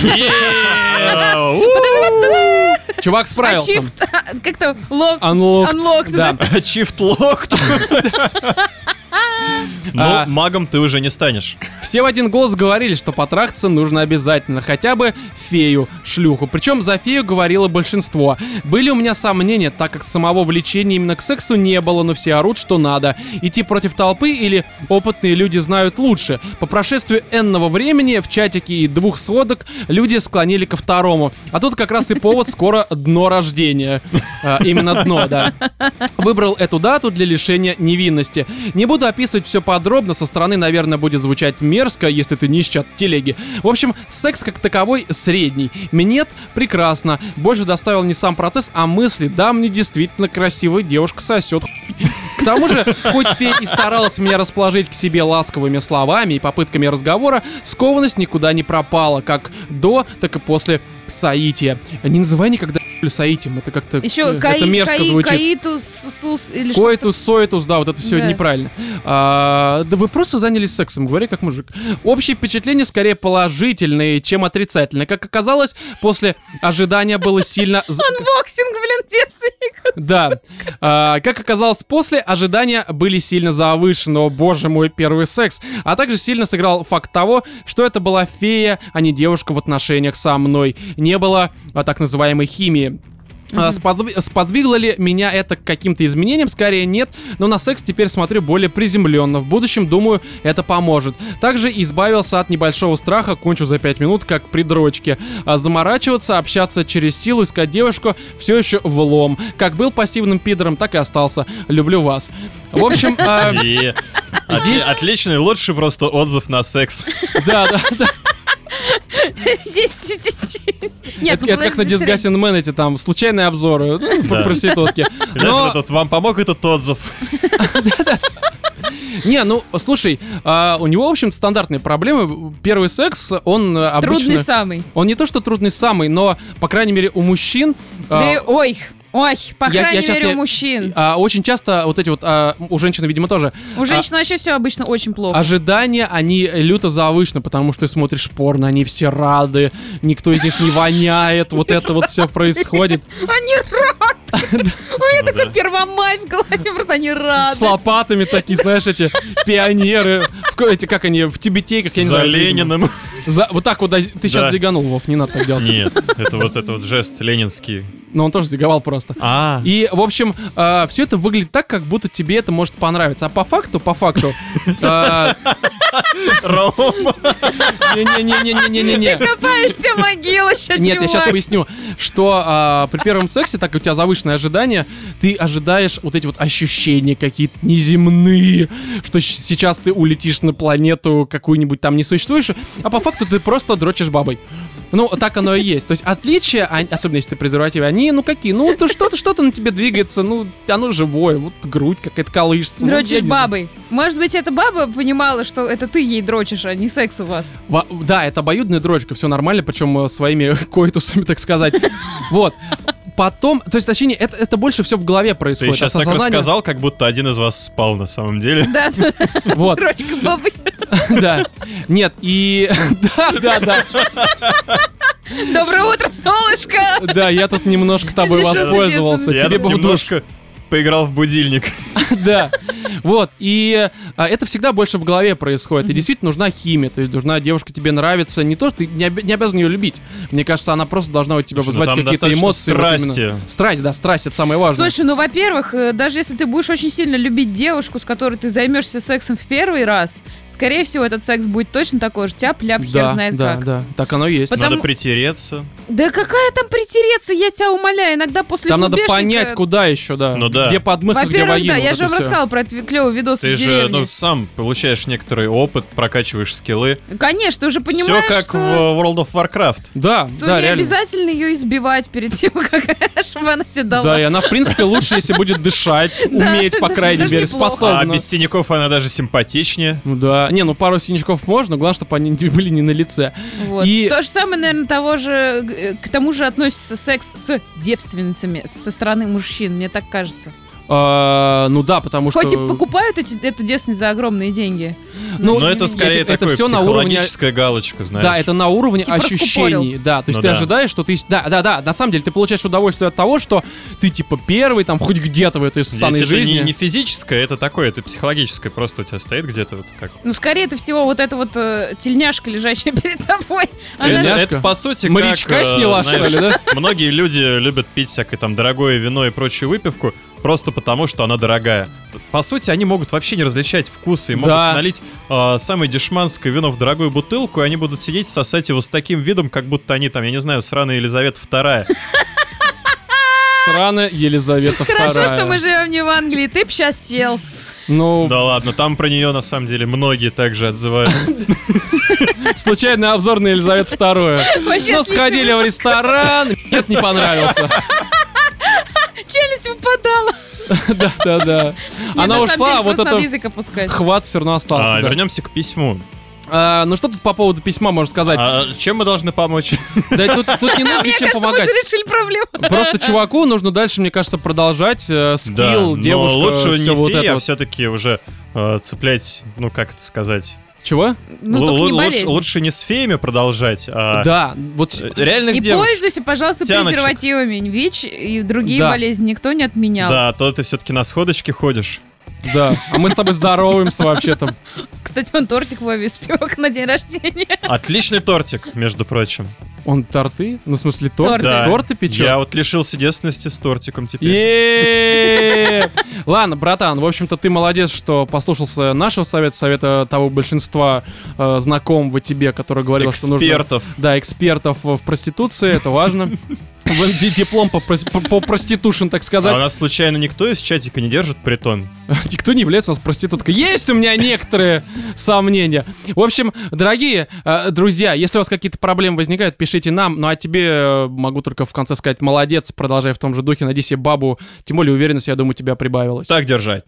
Чувак справился. Как-то unlocked. Да. Achieved locked. Но магом ты уже не станешь. Все в один голос говорили, что потрахаться нужно обязательно, хотя бы фею, шлюху. Причем за фею говорило большинство. Были у меня сомнения, так как самого влечения именно к сексу не было, но все орут, что надо. Идти против толпы или опытные люди знают лучше. По прошествию энного времени в чатике и 2 сводок люди склонили ко второму. А тут как раз и повод, скоро дно рождения. Именно дно, да. Выбрал эту дату для лишения невинности. Не буду описывать все подробно, со стороны, наверное, будет звучать мерзко, если ты не из чат телеги. В общем, секс как таковой средний. Минет прекрасно. Больше доставил не сам процесс, а мысли. Да, мне действительно красивая девушка сосет. К тому же, хоть фея и старалась меня расположить к себе ласковыми словами и попытками разговора, скованность никуда не пропала, как до, так и после соития. Не называй никогда соитием, это как-то еще это мерзко звучит. Каитус, сус или что-то. Коитус, соитус, да, вот это все неправильно. Да вы просто занялись сексом, говори как мужик. Общее впечатление скорее положительное, чем отрицательное. Как оказалось, после ожидания было сильно... Анбоксинг, блин, девственник. Да. Как оказалось, после ожидания были сильно завышены. О, боже мой, первый секс. А также сильно сыграл факт того, что это была фея, а не девушка в отношениях со мной. Не было так называемой химии. Сподвигло ли меня это к каким-то изменениям? Скорее нет, но на секс теперь смотрю более приземленно. В будущем, думаю, это поможет. Также избавился от небольшого страха, кончу за 5 минут, как при дрочке. Заморачиваться, общаться через силу, искать девушку все еще влом. Как был пассивным пидором, так и остался. Люблю вас. В общем... Отличный, лучший просто отзыв на секс. Да. 10 из 10. Нет, это как на Disgusting Man, эти там случайные обзоры по проститутке. Вам помог этот отзыв? Не, ну, слушай, у него, в общем-то, стандартные проблемы. Первый секс, он обычно... Трудный самый. Он не то, что трудный самый, но, по крайней мере, у мужчин... Ой, по крайней мере, у мужчин. Очень часто вот эти вот, у женщин, видимо, тоже. У женщин вообще все обычно очень плохо. Ожидания, они люто завышены, потому что ты смотришь порно, они все рады, никто из них не воняет, вот это вот все происходит. Они рады! У меня такой Первомай в голове, просто они рады. С лопатами такие, знаешь, эти пионеры, эти, как они, в тюбетейках, я не знаю. За Лениным. Вот так вот, ты сейчас зиганул, Вов, не надо так делать. Нет, это вот жест ленинский. Но он тоже зиговал просто. И, в общем, все это выглядит так, как будто тебе это может понравиться. А по факту... Рома! Не-не-не-не-не-не-не. Ты копаешься в могилу еще, чувак. Нет, я сейчас поясню, что при первом сексе, так как у тебя завышенные ожидания, ты ожидаешь вот эти вот ощущения какие-то неземные, что сейчас ты улетишь на планету какую-нибудь там несуществующую, а по факту ты просто дрочишь бабой. Ну, так оно и есть. То есть отличия, особенно если ты презервативы, они, ну, какие? Ну, что-то на тебе двигается, ну, оно живое, вот грудь какая-то колышется. Дрочишь бабой. Может быть, эта баба понимала, что это ты ей дрочишь, а не секс у вас. Да, это обоюдная дрочка, все нормально, причем своими коитусами, так сказать. Вот. Потом, то есть, точнее, это больше все в голове происходит. Ты сейчас так рассказал, как будто один из вас спал на самом деле. Да. Вот. Дрочка бабы. Да. Нет, и... Да. Доброе утро, солнышко! Да, я тут немножко тобой воспользовался. Я тут немножко поиграл в будильник. Да, вот, и это всегда больше в голове происходит, и действительно нужна химия, то есть нужна девушка, тебе нравится, не то, ты не обязан ее любить, мне кажется, она просто должна у тебя вызвать какие-то эмоции. Страсти. Страсть, да, страсть, это самое важное. Слушай, ну, во-первых, даже если ты будешь очень сильно любить девушку, с которой ты займешься сексом в первый раз, скорее всего, этот секс будет точно такой же, тяп-ляп, хер знает как. Да, так оно и есть. Надо притереться. Да какая там притереться, я тебя умоляю, иногда после там клубешника... надо понять, куда еще, да. Ну да. Где подмыхать, где воин. Да, я же вам рассказала про этот клевый видос из деревни. Ты же, сам получаешь некоторый опыт, прокачиваешь скиллы. Конечно, ты уже понимаешь, все как что... в World of Warcraft. Да, что да, не реально. обязательно ее избивать перед тем, чтобы она тебе дала. Да, и она, в принципе, лучше, если будет дышать, уметь, по крайней мере, способна. А без синяков она даже симпатичнее. Да, пару синячков можно, главное, чтобы они были не на лице. Вот. И... То же самое, наверное, к тому же относится секс с девственницами со стороны мужчин, мне так кажется. Ну да, потому что... Хоть и покупают эту девственность за огромные деньги. Ну, но это скорее это такое все на уровне... психологическая галочка, знаешь. Да, это на уровне типа ощущений. Да, то есть ты ожидаешь, что ты... Да, на самом деле ты получаешь удовольствие от того, что ты типа первый там хоть где-то в этой ссаной жизни. Это не физическое, это такое, это психологическое. Просто у тебя стоит где-то вот как... Ну, скорее это всего вот эта вот тельняшка, лежащая перед тобой. Тельняшка? Это по сути морячка как... сняла, знаешь, что ли, да? Многие люди любят пить всякое там дорогое вино и прочую выпивку, просто потому, что она дорогая. По сути, они могут вообще не различать вкусы и могут налить самое дешманское вино в дорогую бутылку, и они будут сидеть, сосать его с таким видом, как будто они там, я не знаю, сраная Елизавета II. Сраная Елизавета II. Хорошо, что мы живем не в Англии, ты б сейчас сел. Ну... Да ладно, там про нее на самом деле многие также отзываются. Случайный обзор на Елизавету II. Ну, сходили в ресторан, нет, не понравился. Челюсть выпадала. Да. Она ушла, а вот это хват все равно остался. Вернемся к письму. Ну что тут по поводу письма можно сказать? Чем мы должны помочь? Да тут не нужно ничем помогать. Мне кажется, мы уже решили проблему. Просто чуваку нужно дальше, мне кажется, продолжать. Скилл, девушка, но лучше все не вот фея, это. а все-таки уже цеплять, ну как это сказать... Чего? Лучше не с феями продолжать, а да, вот реальных и девушек. И пользуйся, пожалуйста, презервативами. ВИЧ и другие болезни никто не отменял. Да, то ты все-таки на сходочке ходишь. Да, а мы с тобой здороваемся вообще-то. Кстати, он тортик Вове испек на день рождения. Отличный тортик, между прочим. Он торты? Ну, в смысле, торты? Да. Торты печет? Я вот лишился девственности с тортиком теперь. Ладно, братан, в общем-то, ты молодец, что послушался нашего совета того большинства знакомого тебе, который говорил, что нужно... Экспертов. Да, экспертов в проституции, это важно. Диплом по проститушен, так сказать. А у нас случайно никто из чатика не держит притон? Никто не является у нас проституткой. Есть у меня некоторые сомнения. В общем, дорогие друзья, если у вас какие-то проблемы возникают, пишите нам. Ну а тебе могу только в конце сказать: молодец, продолжай в том же духе. Найди себе бабу, тем более уверенность, я думаю, у тебя прибавилась. Так держать.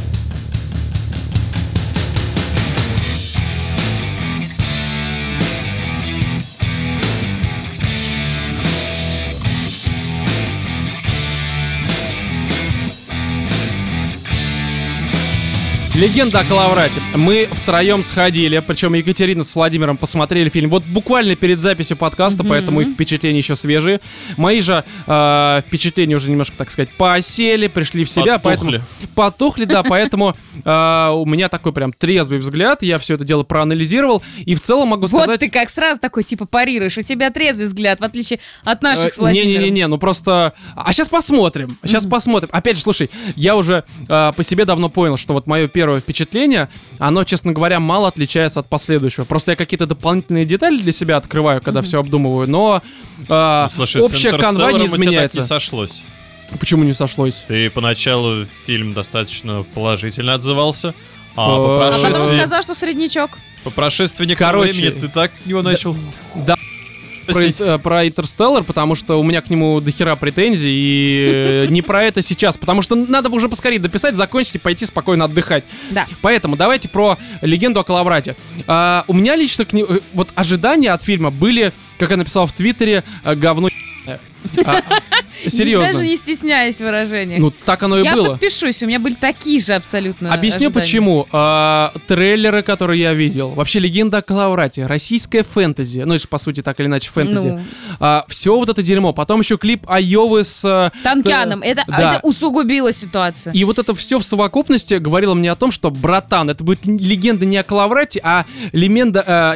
Легенда о Калаврате. Мы втроем сходили, причем Екатерина с Владимиром посмотрели фильм вот буквально перед записью подкаста, поэтому их впечатления еще свежие. Мои же впечатления уже немножко, так сказать, поосели, пришли в себя. Потухли, да, поэтому у меня такой прям трезвый взгляд, я все это дело проанализировал, и в целом могу сказать... Вот ты как сразу такой, типа, парируешь, у тебя трезвый взгляд, в отличие от наших с Владимиром. Не-не-не, ну просто... А сейчас посмотрим, Опять же, слушай, я уже по себе давно понял, что вот мое первое впечатление, оно, честно говоря, мало отличается от последующего. Просто я какие-то дополнительные детали для себя открываю, когда все обдумываю, но общая канва не изменяется. Так не сошлось. Почему не сошлось? Ты поначалу фильм достаточно положительно отзывался, а потом сказал, что среднячок. По прошествии некоторого времени ты так его начал... Да. Про Интерстеллар, потому что у меня к нему дохера претензий, и не про это сейчас, потому что надо уже поскорее дописать, закончить и пойти спокойно отдыхать. Да. Поэтому давайте про «Легенду о Калаврате». У меня лично вот ожидания от фильма были, как я написал в Твиттере, говно. Серьезно. Даже не стесняясь в выражениях. Ну, так оно и было. Я подпишусь, у меня были такие же абсолютно Объясню ожидания. почему. Трейлеры, которые я видел. Вообще, «Легенда о Калаврате», российская фэнтези. Ну, это, по сути, так или иначе фэнтези. Все вот это дерьмо. Потом еще клип Айовы с... Танкяном. Это усугубило ситуацию. И вот это все в совокупности говорило мне о том, что, братан, это будет легенда не о Калаврате, а легенда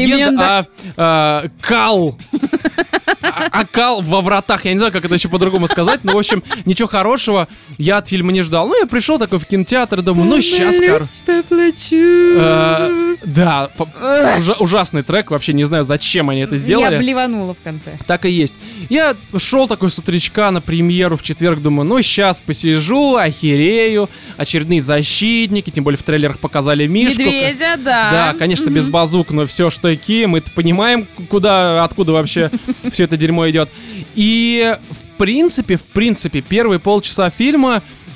о Кал. Кал во вратах. Я не знаю, как это еще по-другому сказать. Но, в общем, ничего хорошего я от фильма не ждал. Ну, я пришел такой в кинотеатр и думаю, ну, сейчас, да, ужасный трек. Вообще не знаю, зачем они это сделали. Я блеванула в конце. Так и есть. Я шел такой с утречка на премьеру в четверг, думаю, ну, сейчас посижу, охерею. Очередные защитники, тем более в трейлерах показали Мишку. Медведя, да. Да, конечно, без базук, но все штыки. Мы-то понимаем, откуда вообще все это дерьмо идет. И в принципе, первые полчаса фильма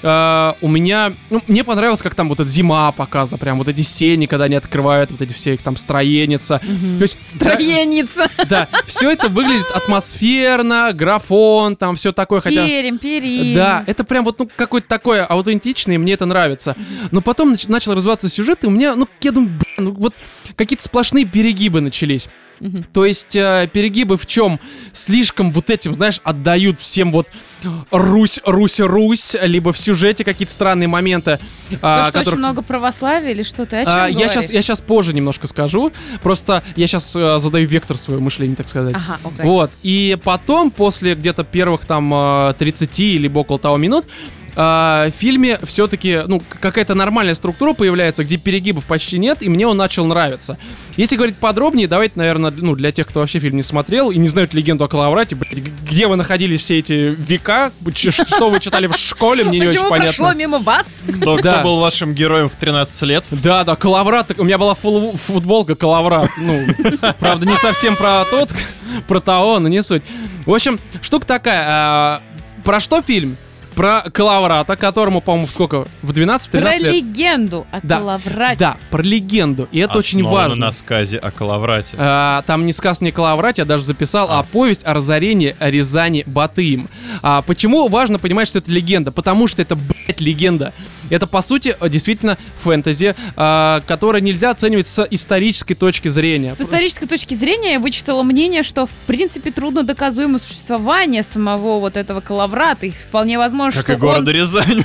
у меня... Ну, мне понравилось, как там вот эта зима показана, прям вот эти сени, когда они открывают вот эти все их там строеница. То есть, Строеница. да, все это выглядит атмосферно, графон, там все такое. Терем, перин. Да, это прям вот, ну, какое-то такое аутентичное, и мне это нравится. Но потом начал развиваться сюжет, и у меня, ну, я думаю, ну, вот какие-то сплошные перегибы начались. То есть перегибы в чем? Слишком вот этим, знаешь, отдают всем вот Русь, либо в сюжете какие-то странные моменты. То, что очень много православия или что-то, о чем говоришь? Я сейчас позже немножко скажу. Просто я сейчас задаю вектор своего мышления, так сказать. Ага, окей. Вот. И потом, после где-то первых там 30 либо около того минут, в фильме все-таки, ну, какая-то нормальная структура появляется, где перегибов почти нет, и мне он начал нравиться. Если говорить подробнее, давайте, наверное, ну, для тех, кто вообще фильм не смотрел и не знает легенду о Калаврате, где вы находились все эти века, что вы читали в школе, мне не очень понятно. Почему прошло мимо вас? Кто был вашим героем в 13 лет? Да, Калаврат, у меня была футболка Калаврат, ну, правда, не совсем про того, но не суть. В общем, штука такая, про что фильм? Про Калаврата, которому, по-моему, сколько? В 12-13 лет? Про легенду о Калаврате. Да, про легенду. И это очень важно. На сказе о Калаврате. Там не сказ не о Калаврате, я даже записал, а повесть о разорении Рязани Батыем. Почему важно понимать, что это легенда? Потому что это, блядь, легенда. Это, по сути, действительно фэнтези, которое нельзя оценивать с исторической точки зрения. С исторической точки зрения я вычитала мнение, что, в принципе, трудно доказуемо существование самого вот этого Калаврата. И вполне возможно, как и города Рязань.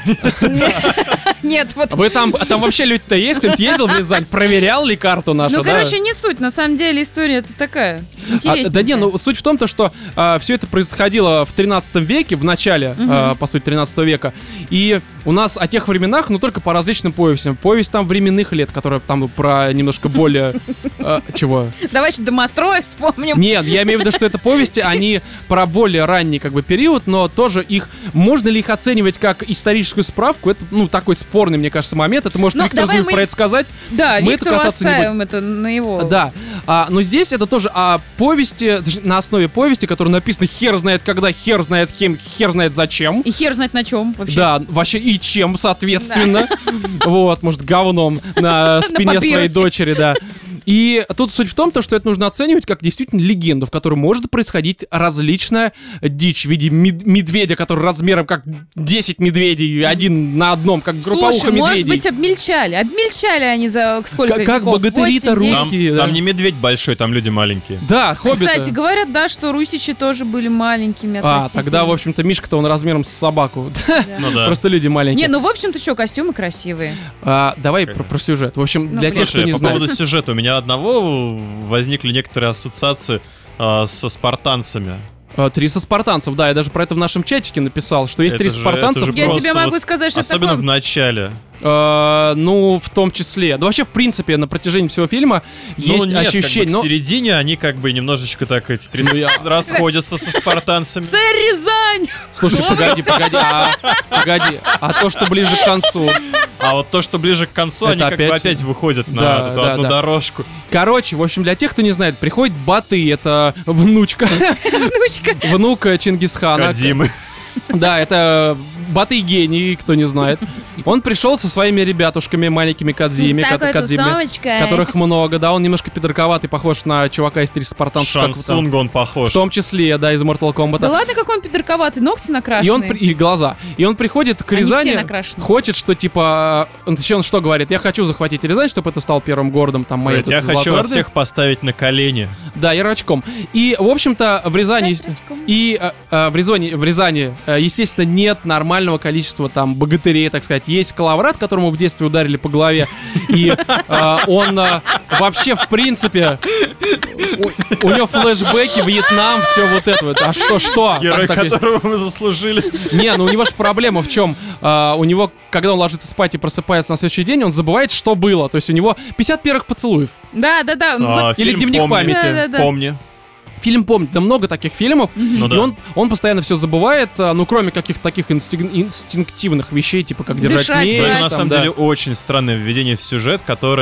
Нет, вот... Вы там вообще люди-то есть? Кто-нибудь ездил в Рязань? Проверял ли карту нашу? Ну, короче, не суть. На самом деле история это такая интересненькая. Да не, ну суть в том, что все это происходило в 13 веке, в начале, по сути, 13 века. И у нас о тех временах, но только по различным повестям. Повесть там временных лет, которая там про немножко более... Чего? Давай еще домостроев вспомним. Нет, я имею в виду, что это повести, они про более ранний как бы период, но тоже их... Можно ли их оценивать как историческую справку? Это, ну, такой спорный, мне кажется, момент. Это может Виктор Зуев про это сказать. Да, мы Виктору оставим это на его... Да, но здесь это тоже о повести, на основе повести, которая написана хер знает когда, хер знает кем, хер знает зачем. И хер знает на чем вообще. Да, вообще и чем, соответственно. Вот, может, говном на спине своей дочери, да. И тут суть в том, что это нужно оценивать как действительно легенду, в которой может происходить различная дичь в виде медведя, который размером как 10 медведей, один на одном, как группауха медведей. Может быть, обмельчали. Обмельчали они за сколько как веков? богатыри-то русские. Там не медведь большой, там люди маленькие. Да, хоббиты. Кстати, говорят, да, что русичи тоже были маленькими относительно. Тогда, в общем-то, Мишка-то он размером с собаку. Ну да. Просто люди маленькие. Не, ну, в общем-то, что, костюмы красивые. Давай про сюжет. В общем, для тех, кто не знает. По поводу сюжета, у меня одного возникли некоторые ассоциации со спартанцами. 300 спартанцев, да, я даже про это в нашем чатике написал, что есть 300 спартанцев. Я тебе могу сказать, что особенно в начале. Ну, в том числе. Да вообще, в принципе, на протяжении всего фильма есть ощущение... Как бы, в середине они как бы немножечко так эти 300 расходятся со спартанцами. Царь Рязань! Слушай, погоди. А то, что ближе к концу... А вот то, что ближе к концу, они как бы опять выходят на эту одну дорожку. Короче, в общем, для тех, кто не знает, приходит Батый, это внучка. Внука Чингисхана. Кадимы. Да, это Батый гений, кто не знает. Он пришел со своими ребятушками, маленькими Кадзими, которых много, да, он немножко пидорковатый, похож на чувака из 300 спартанцев. Шансунга он похож. В том числе, да, из Mortal Kombat. Да ладно, какой он пидорковатый, ногти накрашены. И глаза. И он приходит к Рязани, хочет, что типа, он что говорит, я хочу захватить Рязань, чтобы это стал первым городом там моей я хочу вас всех поставить на колени. Да, ярочком. И, в общем-то, в Рязани, естественно, нет нормального количества там богатырей, так сказать. Есть Калаврат, которому в детстве ударили по голове, и он вообще, в принципе, у него флешбеки, Вьетнам, все вот это вот. А что? Герой, которого мы заслужили. Не, ну у него же проблема в чем? У него, когда он ложится спать и просыпается на следующий день, он забывает, что было. То есть у него 50 первых поцелуев. Да. Или дневник памяти. Помни. Фильм помнит, да много таких фильмов, и он постоянно все забывает, ну, кроме каких-то таких инстинктивных вещей, типа как держать меч. Это на самом деле очень странное введение в сюжет, которое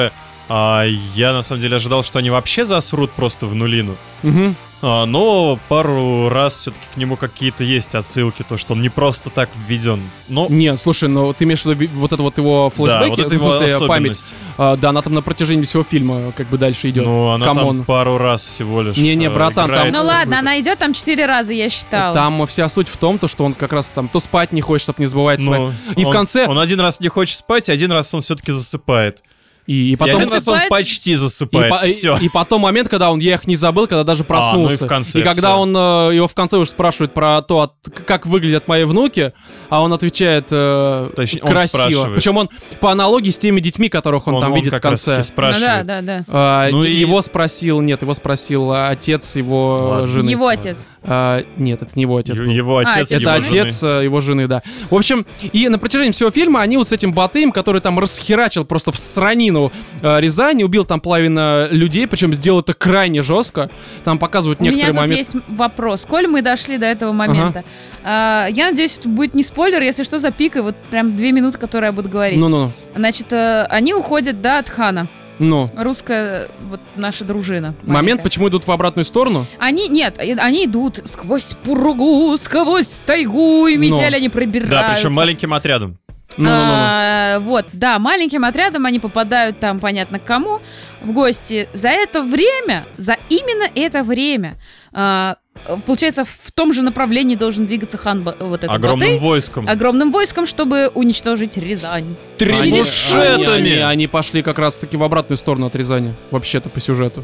Я, на самом деле, ожидал, что они вообще засрут просто в нулину. Угу. Но пару раз все-таки к нему какие-то есть отсылки, то, что он не просто так введен. Но... Не, слушай, ну ты имеешь в виду вот это вот его флешбеки? Да, вот это его особенность. Память. Да, она там на протяжении всего фильма как бы дальше идет. Ну, она там пару раз всего лишь. Не, братан, играет. Ну ладно, она идет там 4 раза, я считала. Там вся суть в том, что он как раз там то спать не хочет, чтобы не забывать свои. И в конце... Он один раз не хочет спать, один раз он все-таки засыпает. И потом... один раз он почти засыпает, все. И потом момент, когда он, я их не забыл, когда даже проснулся. Ну и в конце. И когда он его в конце уже спрашивает про то, как выглядят мои внуки, а он отвечает красиво. Причем он по аналогии с теми детьми, которых он там видит в конце. Спрашивает. Да. Его спросил отец его жены. Его отец. Нет, это не его отец. Его отец, это отец его жены, да. В общем, и на протяжении всего фильма они вот с этим Батыем, который там расхерачил просто в странину Рязани, убил там половину людей, причем сделал это крайне жестко. Там показывают некоторые моменты. У меня тут есть вопрос. Коль мы дошли до этого момента, я надеюсь, это будет не спойлер, если что, запикай, вот прям 2 минуты, которые я буду говорить. Ну. Значит, они уходят, да, от хана. Ну. Русская, вот наша дружина. Момент, маленькая. Почему идут в обратную сторону? Они идут сквозь пургу, сквозь тайгу, и метель они пробираются. Да, причем маленьким отрядом. Вот, да, маленьким отрядом они попадают там, понятно, к кому, в гости. За именно это время, получается, в том же направлении должен двигаться хан огромным войском. Огромным войском, чтобы уничтожить Рязань. Они пошли как раз-таки в обратную сторону от Рязани, вообще-то, по сюжету.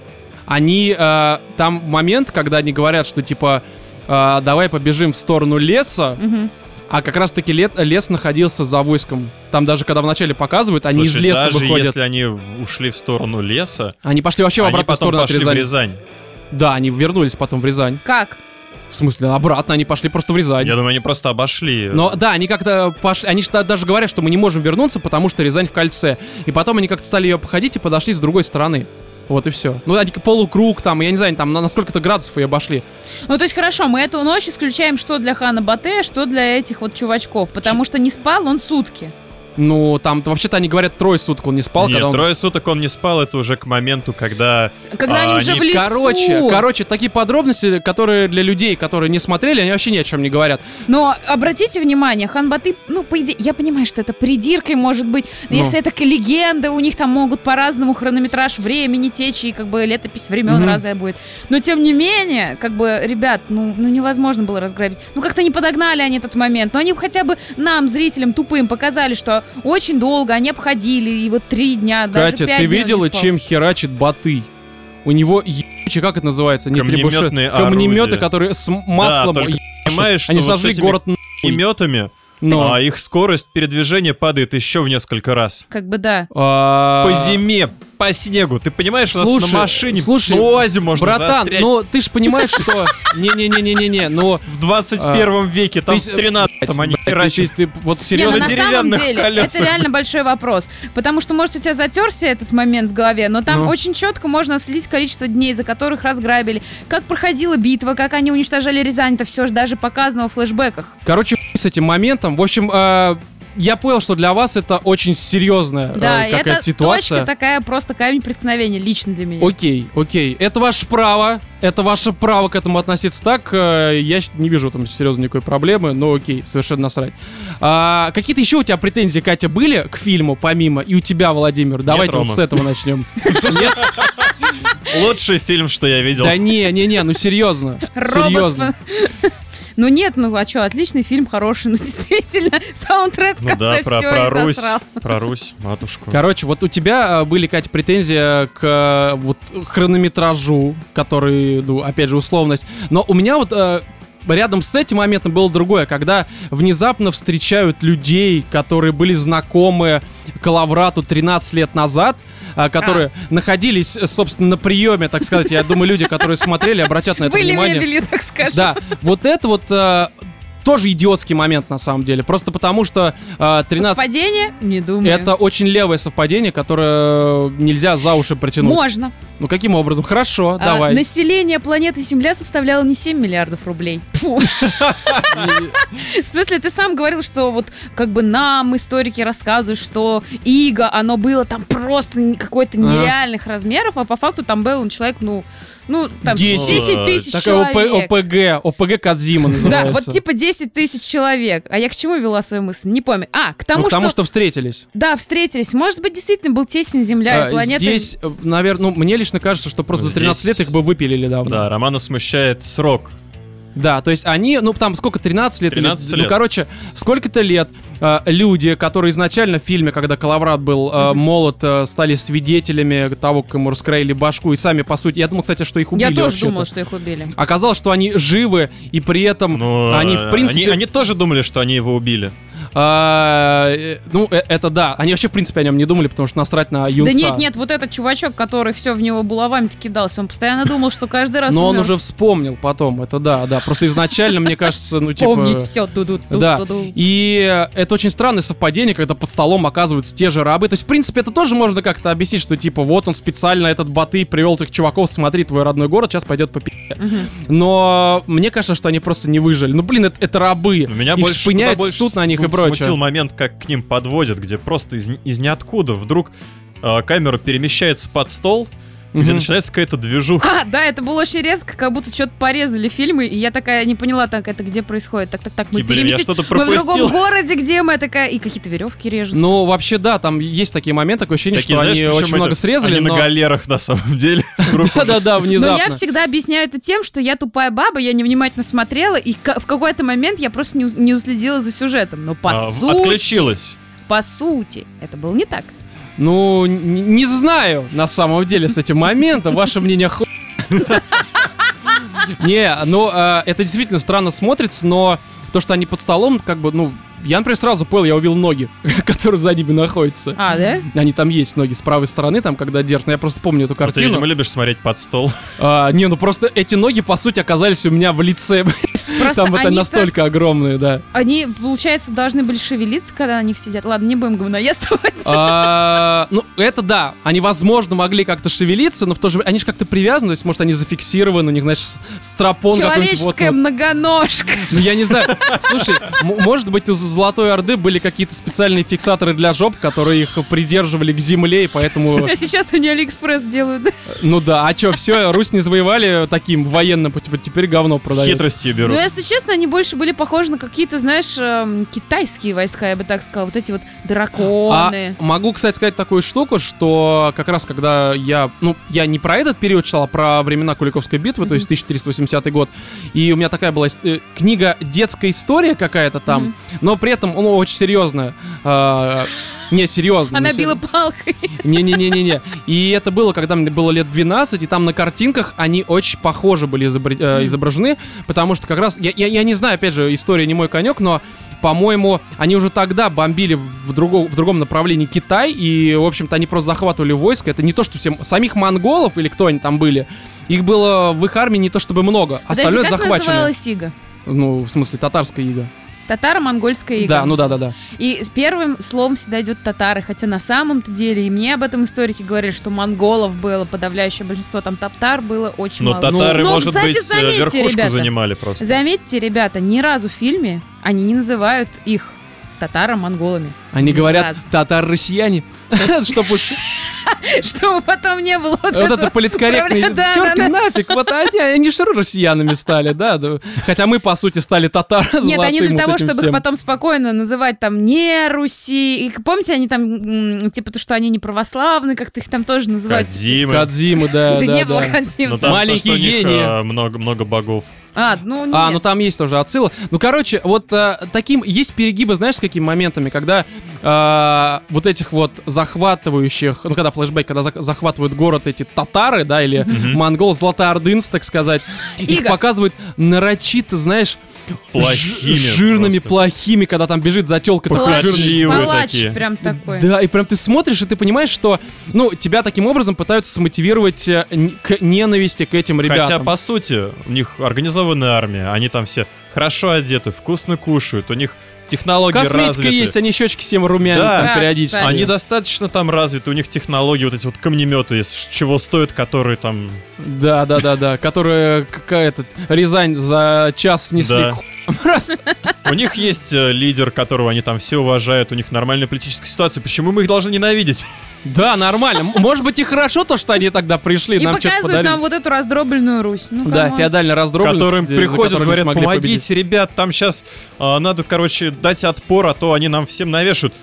Там момент, когда они говорят, что типа, давай побежим в сторону леса, а как раз-таки лес находился за войском. Там даже когда вначале показывают, они из леса выходят. Даже если они ушли в сторону леса, они пошли вообще в обратную сторону от Рязани. В Рязань. Да, они вернулись потом в Рязань. Как? В смысле, обратно, они пошли просто в Рязань. Я думаю, они просто обошли. Но да, они как-то пошли. Они даже говорят, что мы не можем вернуться, потому что Рязань в кольце. И потом они как-то стали ее обходить и подошли с другой стороны. Вот и все. Ну, они полукруг там, я не знаю, там на сколько-то градусов ее обошли. Ну, то есть, хорошо, мы эту ночь исключаем что для хана Батыя, что для этих вот чувачков, потому что не спал он сутки. Ну, там вообще-то они говорят, 3 суток он не спал. Нет, 3 суток он не спал, это уже к моменту, когда они уже в лесу. Короче, такие подробности, которые для людей, которые не смотрели, они вообще ни о чем не говорят. Но обратите внимание, хан Батый, ну, по идее, я понимаю, что это придиркой может быть, если это легенда, у них там могут по-разному хронометраж времени течь, и как бы летопись времен разная будет. Но, тем не менее, как бы, ребят, ну невозможно было разграбить. Ну, как-то не подогнали они этот момент. Но они хотя бы нам, зрителям тупым, показали, что очень долго они обходили, и вот 3 дня, даже 5 дней. Катя, ты видела, чем херачит Батый? У него как это называется? Не требушет. Камнеметы, которые с маслом. Да, понимаешь, что они сожгли город камнеметами, а их скорость передвижения падает еще в несколько раз. Как бы да. По зиме, по снегу. Ты понимаешь, у нас на машине в оазе можно застрять. Братан, ну ты ж понимаешь, что... Не-не-не-не-не, но... В 21 веке, там в 13-м они херачат. Вот серьезно. На самом деле, это реально большой вопрос. Потому что, может, у тебя затерся этот момент в голове, но там очень четко можно следить количество дней, за которых разграбили, как проходила битва, как они уничтожали Рязань, это все же даже показано в флешбеках. Короче, с этим моментом, в общем... Я понял, что для вас это очень серьезная какая-то ситуация. Точка такая, просто камень преткновения лично для меня. Окей. Это ваше право. Это ваше право к этому относиться так. Я не вижу там серьезно никакой проблемы, но окей, совершенно насрать. Какие-то еще у тебя претензии, Катя, были к фильму, помимо? И у тебя, Владимир? Давайте вот с этого начнем. Нет? Лучший фильм, что я видел. Да не, ну серьезно. Серьезно. Ну нет, а что, отличный фильм, хороший, действительно, саундтрек в конце все засрал. Про Русь, матушку. Короче, вот у тебя были, Катя, претензии к вот хронометражу, который, опять же, условность. Но у меня вот рядом с этим моментом было другое, когда внезапно встречают людей, которые были знакомы Калаврату 13 лет назад, которые находились, собственно, на приеме, так сказать. Я думаю, люди, которые смотрели, обратят на это внимание. Были, так скажем. Да, вот это вот тоже идиотский момент, на самом деле. Просто потому, что 13... Совпадение? Не думаю. Это очень левое совпадение, которое нельзя за уши притянуть. Можно. Ну, каким образом? Хорошо, давай. Население планеты Земля составляло не 7 миллиардов рублей. Фу. В смысле, ты сам говорил, что вот как бы нам историки рассказывают, что иго, оно было там просто какой-то нереальных размеров, а по факту там был человек, там 10 тысяч человек. ОПГ Кодзима называется. Да, вот типа 10 тысяч человек. А я к чему вела свою мысль? Не помню. К тому, что встретились. Да, встретились. Может быть, действительно был тесен Земля и планета. Здесь, наверное, мне лично кажется, что просто за 13 лет их бы выпилили давно. Да, Романа смущает срок. Да, то есть они, там сколько, 13 лет? 13 лет. Ну, короче, сколько-то лет люди, которые изначально в фильме, когда Калаврат был молод, стали свидетелями того, как ему раскроили башку, и сами, по сути, я думал, кстати, что их убили. Я тоже думал, что их убили. Оказалось, что они живы, и при этом они, в принципе... Они тоже думали, что они его убили. Это да. Они вообще, в принципе, о нем не думали, потому что насрать на юнца. Да нет, вот этот чувачок, который все в него булавами-то кидался, он постоянно думал, что каждый раз Но он умрет. уже вспомнил потом, это да. Просто изначально, мне кажется, Вспомнить все. Да. И это очень странное совпадение, когда под столом оказываются те же рабы. То есть, в принципе, это тоже можно как-то объяснить, что типа вот он специально, этот Батый, привел этих чуваков, смотри, твой родной город сейчас пойдет по пи***е. Но мне кажется, что они просто не выжили. Это рабы. Меня их шпыняют, суд на них и прочее. Смутил момент, как к ним подводят, где просто из ниоткуда вдруг камера перемещается под стол, где начинается какая-то движуха. Да, это было очень резко, как будто что-то порезали фильмы, и я такая не поняла, так, это где происходит? Так, мы переместились, мы в другом городе, где мы, такая, и какие-то веревки режутся. Ну, вообще, да, там есть такие моменты, такое ощущение, что они очень много срезали, они на галерах, на самом деле. Да, внезапно. Но я всегда объясняю это тем, что я тупая баба, я невнимательно смотрела, и в какой-то момент я просто не уследила за сюжетом. Но по сути... Отключилась. По сути, это было не так. Ну, не знаю, на самом деле, с этим моментом. Ваше мнение это действительно странно смотрится, но то, что они под столом, я, например, сразу понял, я увидел ноги, которые за ними находятся. Да? Они там есть, ноги с правой стороны, там, когда держат. Я просто помню эту картину. Ты, видимо, любишь смотреть под стол. Просто эти ноги, по сути, оказались у меня в лице. Там это настолько огромные, да. Они, получается, должны были шевелиться, когда на них сидят. Ладно, не будем говноедствовать. Это да. Они, возможно, могли как-то шевелиться, но в то же время они же как-то привязаны, то есть, может, они зафиксированы, у них, знаешь, стропон какой-нибудь. Человеческая многоножка. Ну, я не знаю. Слушай, может быть, у Золотой Орды были какие-то специальные фиксаторы для жоп, которые их придерживали к земле, и поэтому... А сейчас они Алиэкспресс делают. Ну да, а что, все, Русь не завоевали таким военным, теперь говно продают. Хитростью берут. Ну, если честно, они больше были похожи на какие-то, знаешь, китайские войска, я бы так сказала. Вот эти вот драконы. Могу, кстати, сказать такую штуку, что как раз когда я не про этот период читал, а про времена Куликовской битвы, то есть 1480 год, и у меня такая была книга «Детская история» какая-то там, но при этом она очень серьезная. Не, серьезно. Она била палкой. Не-не-не-не-не. И это было, когда мне было лет 12, и там на картинках они очень похожи были изображены, потому что как раз, я не знаю, опять же, история не мой конек, но, по-моему, они уже тогда бомбили в другом направлении Китай, и, в общем-то, они просто захватывали войско. Это не то, что самих монголов или кто они там были, их было в их армии не то чтобы много, остальное захвачено. Как называлась ига? Ну, в смысле, татарская ига. Татаро-монгольская ига. Да, да. И с первым словом всегда идет татары, хотя на самом-то деле, и мне об этом историки говорили, что монголов было подавляющее большинство, там татар было очень мало. Но татары, может быть, верхушку занимали просто. Заметьте, ребята, ни разу в фильме они не называют их татаро-монголами. Они говорят татар-россияне, чтобы потом не было вот это политкорректный. Чёрт нафиг, вот они же россиянами стали, да. Хотя мы, по сути, стали татары. Нет, они для того, чтобы их потом спокойно называть там не Руси. И помните, они там, типа, то, что они не православные, как-то их там тоже называют. Кодзимы, да. Да не было Кодзимы. Маленький гений. Много богов. Ну там есть тоже отсылы. Ну, короче, вот таким есть перегибы, знаешь, с какими моментами, когда вот этих вот захватывающих, когда флешбэк, когда захватывают город эти татары, да, или монгол, златоордынцы, так сказать, их показывают нарочито, знаешь, жирными, плохими, когда там бежит за тёлкой такой жирный. Палач прям такой. Да, и прям ты смотришь, и ты понимаешь, что, тебя таким образом пытаются смотивировать к ненависти к этим ребятам. Хотя, по сути, у них организованная армия, они там все хорошо одеты, вкусно кушают, у них технологии Косметика развиты. есть, они щечки всем румянят Да. там Да, периодически. кстати. Они достаточно там развиты, у них технологии, вот эти вот камнеметы есть, чего стоят, которые там... Да, которые Рязань за час снесли. Да. Раз. У них есть лидер, которого они там все уважают, у них нормальная политическая ситуация. Почему мы их должны ненавидеть? Да, нормально. Может быть и хорошо то, что они тогда пришли, И нам что-то показывают подарили. нам вот эту раздробленную Русь. Ну, Да, камон. феодально раздробленность. Которым за приходят, которую не говорят, смогли помогите, победить. ребят, там сейчас надо, короче, дать отпор, а то они нам всем навешают.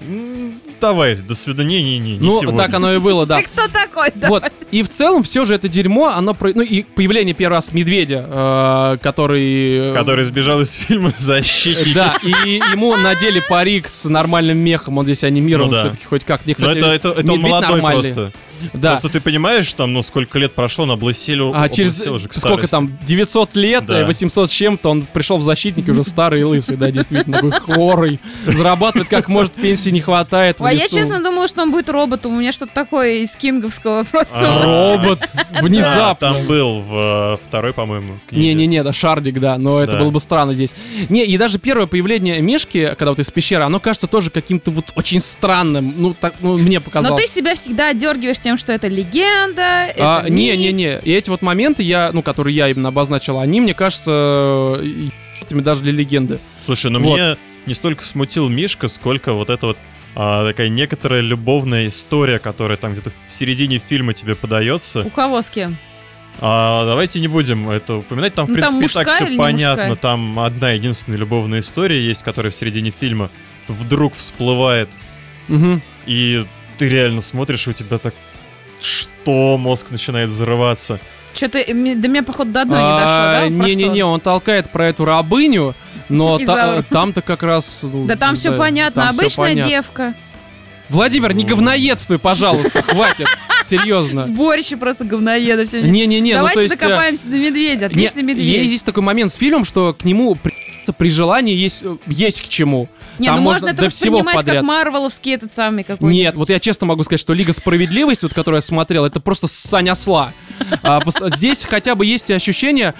Давай, до свидания, не Ну, сегодня. так оно и было, да. Ты кто такой? Да. Вот. И в целом все же это дерьмо, оно... Ну и появление первый раз медведя, который... Который сбежал из фильма «Защитник». Да, и ему надели парик с нормальным мехом, он здесь анимирован Ну да. все-таки хоть как. Не, Но кстати, это он медведь молодой нормальный. просто. Да. Просто ты понимаешь, там, ну, сколько лет прошло, он облысел Через уже к сколько старости. там, 900 лет, Да. 800 с чем-то, он пришел в защитники уже старый и лысый, да, действительно, такой хворый, зарабатывает как может, пенсии не хватает в А я лесу. честно думала, что он будет роботом. У меня что-то такое из кинговского просто. Робот, Да, внезапно. там был в второй, по-моему, книге. Не-не-не, да, Шардик, да, но это Да. было бы странно здесь. Не, и даже первое появление Мишки, когда вот из пещеры, оно кажется тоже каким-то вот очень странным, ну, так, ну мне Но показалось. ты себя всегда одергиваешь тем, что это легенда, это миф. Не-не-не, и эти вот моменты, которые я именно обозначил, они, мне кажется, даже для легенды. Слушай, ну Вот. меня не столько смутил Мишка, сколько вот эта вот такая некоторая любовная история, которая там где-то в середине фильма тебе подается. У кого с кем? Давайте не будем это упоминать. Там, в Ну, там принципе, и так мужская все или не понятно. мужская? Там одна единственная любовная история есть, которая в середине фильма вдруг всплывает. Мгм. И ты реально смотришь, и у тебя так... Что? Мозг начинает взрываться. Что-то до меня, походу, до одной не дошло, да? Про Не-не-не, что? он толкает про эту рабыню, но И за- там-то как раз... ну, Да там не все знаю, понятно. там всё Обычная понятно. девка. Владимир, не говноедствуй, пожалуйста, хватит. Серьезно. Сборище просто говноеда. Все. Не-не-не, ну Давайте то есть... докопаемся до медведя. Отличный Есть медведь. здесь такой момент с фильмом, что к нему при желании есть к чему. Не, Там ну можно можно это до всего воспринимать как подряд. марвеловский этот самый какой-то. Нет, вот я честно могу сказать, что Лига Справедливости, вот, которую я смотрел, это просто сань осла. Здесь хотя бы есть ощущение,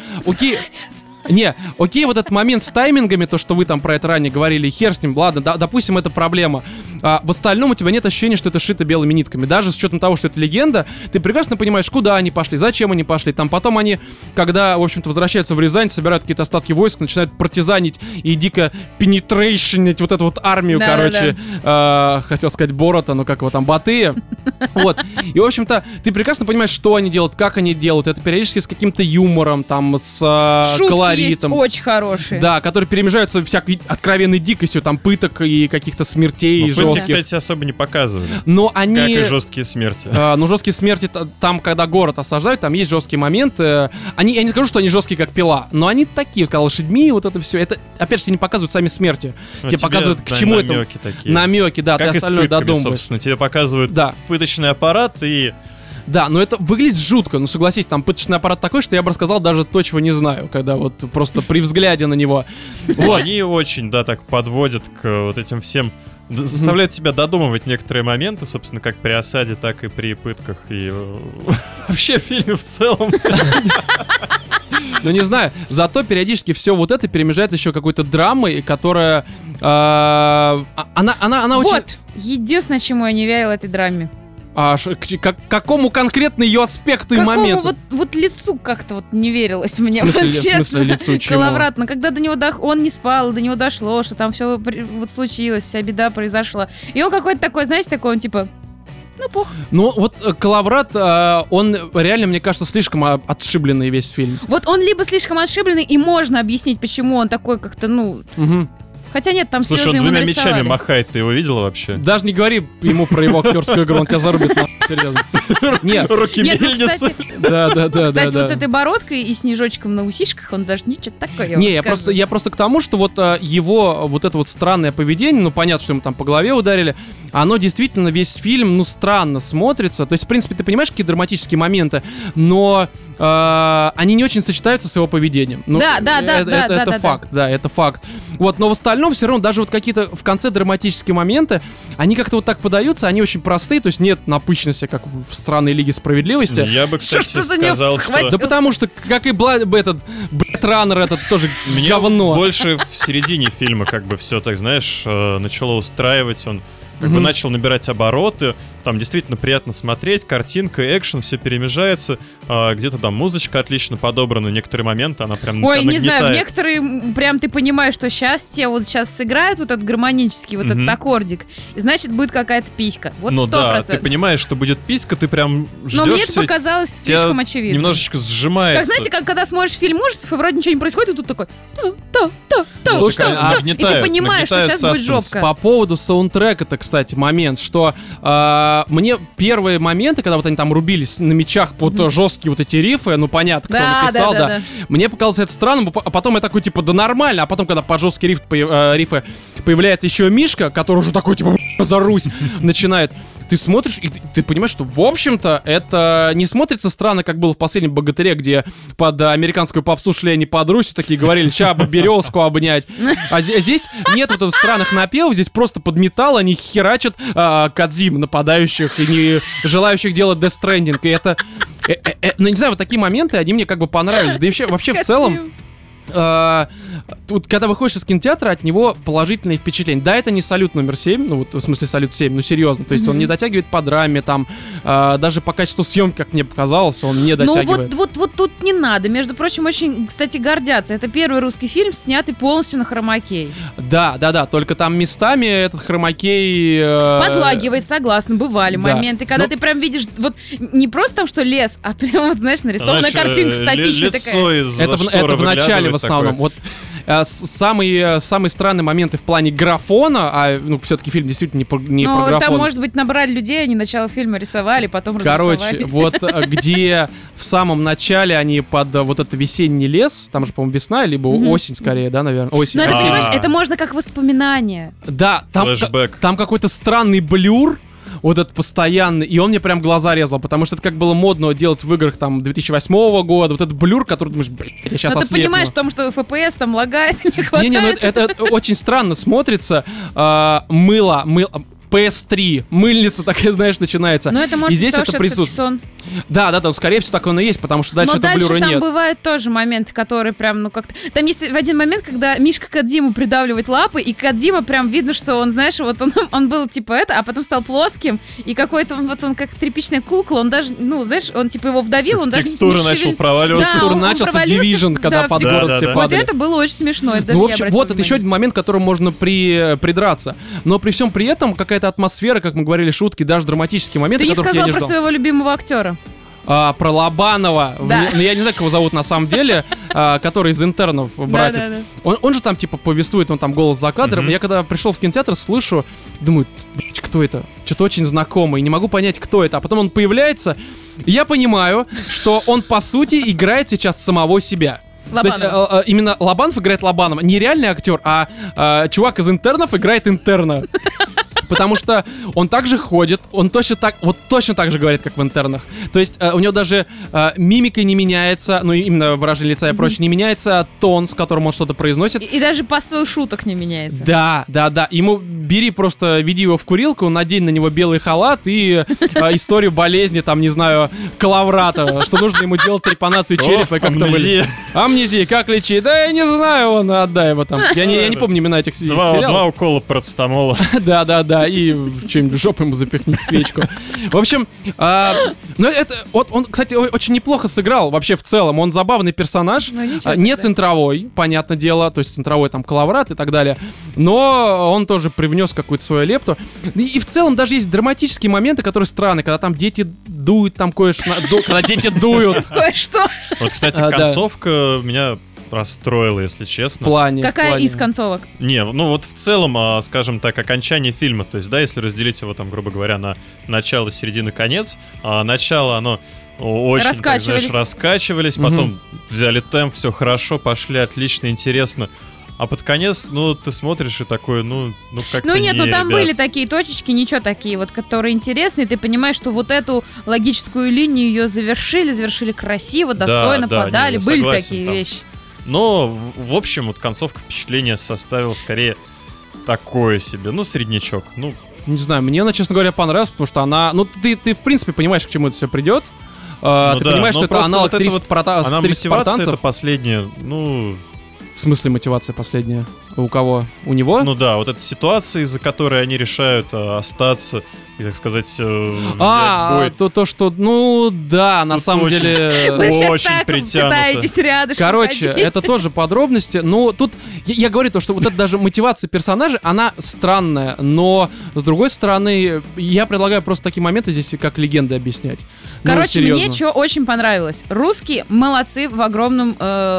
окей, вот этот момент с таймингами, то, что вы там про это ранее говорили, хер с ним, ладно, допустим, это проблема. В остальном у тебя нет ощущения, что это шито белыми нитками. Даже с учетом того, что это легенда, ты прекрасно понимаешь, куда они пошли, зачем они пошли. Там потом они, когда, в общем-то, возвращаются в Рязань, собирают какие-то остатки войск, начинают партизанить и дико пенетрейшнить вот эту вот армию, Да, короче, хотел сказать Борота, но как его там, Батыя. Вот. И, в общем-то, ты прекрасно понимаешь, что они делают, как они делают. Это периодически с каким-то юмором, там, с Шутки колоритом. есть очень хорошие. Да, которые перемежаются всякой откровенной дикостью, там, пыток и каких-то смертей Ну, пытки, жестких. кстати, особо не показывали. Но они... Как и жесткие смерти. Ну, жесткие смерти, там, когда город осаждают, там есть жесткие моменты. Я не скажу, что они жесткие, как Пила, но они такие, сказал, лошадьми, вот это все. Это, опять же, тебе не показывают сами смерти. Ну, тебе показывают, к чему это. намеки такие. Намеки, да, Как ты и с остальное пытками, додумываешь. собственно. Тебе показывают Да. пыточный аппарат и... Да, но это выглядит жутко. Ну, согласись, там пыточный аппарат такой, что я бы рассказал даже то, чего не знаю, когда вот просто при взгляде на него. Вот. Они очень, да, так подводят к вот этим всем... Заставляют тебя додумывать некоторые моменты, собственно, как при осаде, так и при пытках. И вообще в фильме в целом. Ну, не знаю. Зато периодически все вот это перемежается еще какой-то драмой, которая... Она очень... Вот, единственное, чему я не верила этой драме. Какому конкретно ее аспекту и Какому моменту? вот лицу как-то вот не верилось мне. В смысле, вот в честно. смысле лицу чего? Коловрат, но когда до него он не спал, до него дошло, что там все вот случилось, вся беда произошла. И он какой-то такой, знаете, такой он типа... Ну, пух. Ну, вот Коловрат, он реально, мне кажется, слишком отшибленный весь фильм. Вот он либо слишком отшибленный, и можно объяснить, почему он такой как-то, ну... Мгм. Хотя нет, там Слушай, слезы он ему двумя нарисовали. мечами махает, ты его видела вообще? Даже не говори ему про его актерскую игру, он тебя зарубит, серьезно. Нет, Руки Нет, ну, мельницы. кстати, да. кстати, вот с этой бородкой и снежочком на усишках он даже ничего такое. Не, я просто к тому, что вот его вот это вот странное поведение, ну понятно, что ему там по голове ударили, оно действительно весь фильм, ну, странно смотрится. То есть, в принципе, ты понимаешь, какие драматические моменты, но они не очень сочетаются с его поведением. Ну, Да, это факт, да, это факт. Вот, но в остальном все равно даже вот какие-то в конце драматические моменты, они как-то вот так подаются, они очень простые, то есть нет напыщенности, как в странной Лиге Справедливости. Я бы, кстати, Что ж ты за неё сказал, схватил? что... Да потому что, как и Blade Runner этот тоже Мне говно. больше в середине фильма как бы все, так знаешь, начало устраивать. Он как бы начал набирать обороты. Там действительно приятно смотреть. Картинка, экшен, все перемежается. Где-то там музычка отлично подобрана. Некоторые моменты она прям Ой, тебя не знаю, в нагнетает. некоторые прям ты понимаешь, что сейчас сыграет вот этот гармонический, вот этот аккордик, и значит будет какая-то писька. Вот 100%. Ну да, ты понимаешь, что будет писька, ты прям ждешь. Но мне это всё, показалось тебя слишком очевидно. немножечко сжимается. Как знаете, как когда смотришь фильм ужасов, и вроде ничего не происходит, и тут такой... Слушай, и ты понимаешь, что сейчас будет жопка. По поводу саундтрека-то, кстати, момент, что мне первые моменты, когда вот они там рубились на мечах под жесткие вот эти рифы, ну понятно, кто написал, да. Мне показалось это странным, а потом я такой, типа, да нормально, а потом, когда под жесткие рифы появляется еще Мишка, который уже такой, типа, зарусь, начинает. Ты смотришь, и ты понимаешь, что, в общем-то, это не смотрится странно, как было в «Последнем богатыре», где под американскую попсу шли они под Русью, такие говорили, ща бы березку обнять. А здесь нет вот этих странных напевов, здесь просто под металл они херачат Кодзим, нападающих и не желающих делать Death Stranding. И это... ну, не знаю, вот такие моменты, они мне как бы понравились. Да и вообще в целом... Тут, когда выходишь из кинотеатра, от него положительные впечатления. Да, это не «Салют номер 7», ну вот в смысле «Салют 7», ну серьезно. То есть он не дотягивает по драме, там, даже по качеству съемки, как мне показалось, он не дотягивает. Ну вот тут не надо. Между прочим, очень, кстати, гордятся. Это первый русский фильм, снятый полностью на хромакей. Да, только там местами этот хромакей... Подлагивает, согласна, бывали моменты, когда ты прям видишь, вот не просто там, что лес, а прям вот, знаешь, нарисованная картинка статичная такая. Это в начале в основном. Вот самые странные моменты в плане графона, ну, все-таки фильм действительно не про графон. Ну, там, может быть, набрали людей, они начало фильма рисовали, потом разрисовали. Короче, вот где в самом начале они под вот этот весенний лес, там же, по-моему, весна, либо осень скорее, да, наверное? Осень. Ну, это, понимаешь, это можно как воспоминание. Да, там какой-то странный блюр, вот этот постоянный, и он мне прям глаза резал, потому что это как было модно делать в играх там 2008 года, вот этот блюр, который думаешь, блядь, я сейчас ослепну. Но ты понимаешь, потому что FPS там лагает, не хватает. Не-не, ну это очень странно смотрится. Мыло, PS3, мыльница такая, знаешь, начинается. Но это может и здесь быть это присутствует. Да, скорее всего, так оно и есть, потому что дальше этого блюра нет. Но дальше там бывают тоже моменты, которые прям, ну как-то... Там есть в один момент, когда Мишка Кодзиму придавливает лапы, и Кодзима прям видно, что он, знаешь, вот он был типа это, а потом стал плоским, и какой-то он как тряпичная кукла, он даже, ну, знаешь, он типа его вдавил, он даже не начал проваливаться. Текстура начался Division, когда под город все падали. Вот это было очень смешно. Ну, в общем, вот это еще один момент, к которому можно придраться. Но при всем при этом какая-то атмосфера, как мы говорили, шутки, даже драматические моменты, которых я не ждал. Ты не сказал про своего любимого актера. Про Лобанова, да. Я не знаю, как его зовут на самом деле, который из «Интернов», братец. Да. Он же там типа повествует, он там голос за кадром. Я когда пришел в кинотеатр, слышу, думаю, кто это? Что-то очень знакомое, не могу понять, кто это. А потом он появляется, и я понимаю, что он по сути играет сейчас самого себя. Лобанов. То есть именно Лобанов играет Лобанова. Не реальный актер, а чувак из «Интернов» играет интерна. Потому что он также ходит, он точно так же говорит, как в «Интернах». То есть у него даже мимика не меняется, ну именно выражение лица и прочее, не меняется тон, с которым он что-то произносит. И даже посыл шуток не меняется. Да. Ему веди его в курилку, надень на него белый халат и историю болезни, там, не знаю, коловрата, что нужно ему делать трепанацию черепа. Амнезия, как лечить? Да я не знаю, отдай его там. Я не помню имена этих сериалов. 2 укола парацетамола. Да, и что-нибудь в жопу ему запихнуть свечку. В общем, ну это, вот он, кстати, очень неплохо сыграл вообще в целом. Он забавный персонаж, не центровой, понятное дело, то есть центровой там коловрат и так далее, но он тоже привнес какую-то свою лепту. И в целом даже есть драматические моменты, которые странные, когда там дети дуют, там кое-что, когда дети дуют. Кое-что. Вот, кстати, концовка меня расстроила, если честно. В плане. Какая из концовок? Не, ну вот в целом, скажем так, окончание фильма, то есть, да, если разделить его там, грубо говоря, на начало, середину, конец, начало, оно очень, так, знаешь, раскачивались, потом взяли темп, все хорошо, пошли, отлично, интересно. А под конец, ну, ты смотришь и такой, ну как-то Ну нет, не, там ребят. были такие точечки, ничего такие вот, которые интересные, ты понимаешь, что вот эту логическую линию ее завершили красиво, достойно, подали, были согласен, такие там. вещи. Но, в общем, вот концовка впечатления составила скорее такое себе, ну, среднячок, ну... Не знаю, мне она, честно говоря, понравилась, потому что она... Ну, ты в принципе, понимаешь, к чему это все придет. Ты понимаешь, что это аналог вот 30 мотивация спартанцев? это последняя, ну... В смысле мотивация последняя? У кого? У него? Ну да, вот эта ситуация, из-за которой они решают остаться и, так сказать, взять бой. То, что, ну да, на Тут самом очень- деле... Вы сейчас Очень так притянуто. пытаетесь рядышком Короче, ходить. это тоже подробности. Но тут я говорю то, что вот эта даже мотивация персонажа, она странная. Но, с другой стороны, я предлагаю просто такие моменты здесь как легенды объяснять. Ну, Короче, серьезно. мне что очень понравилось. Русские молодцы в огромном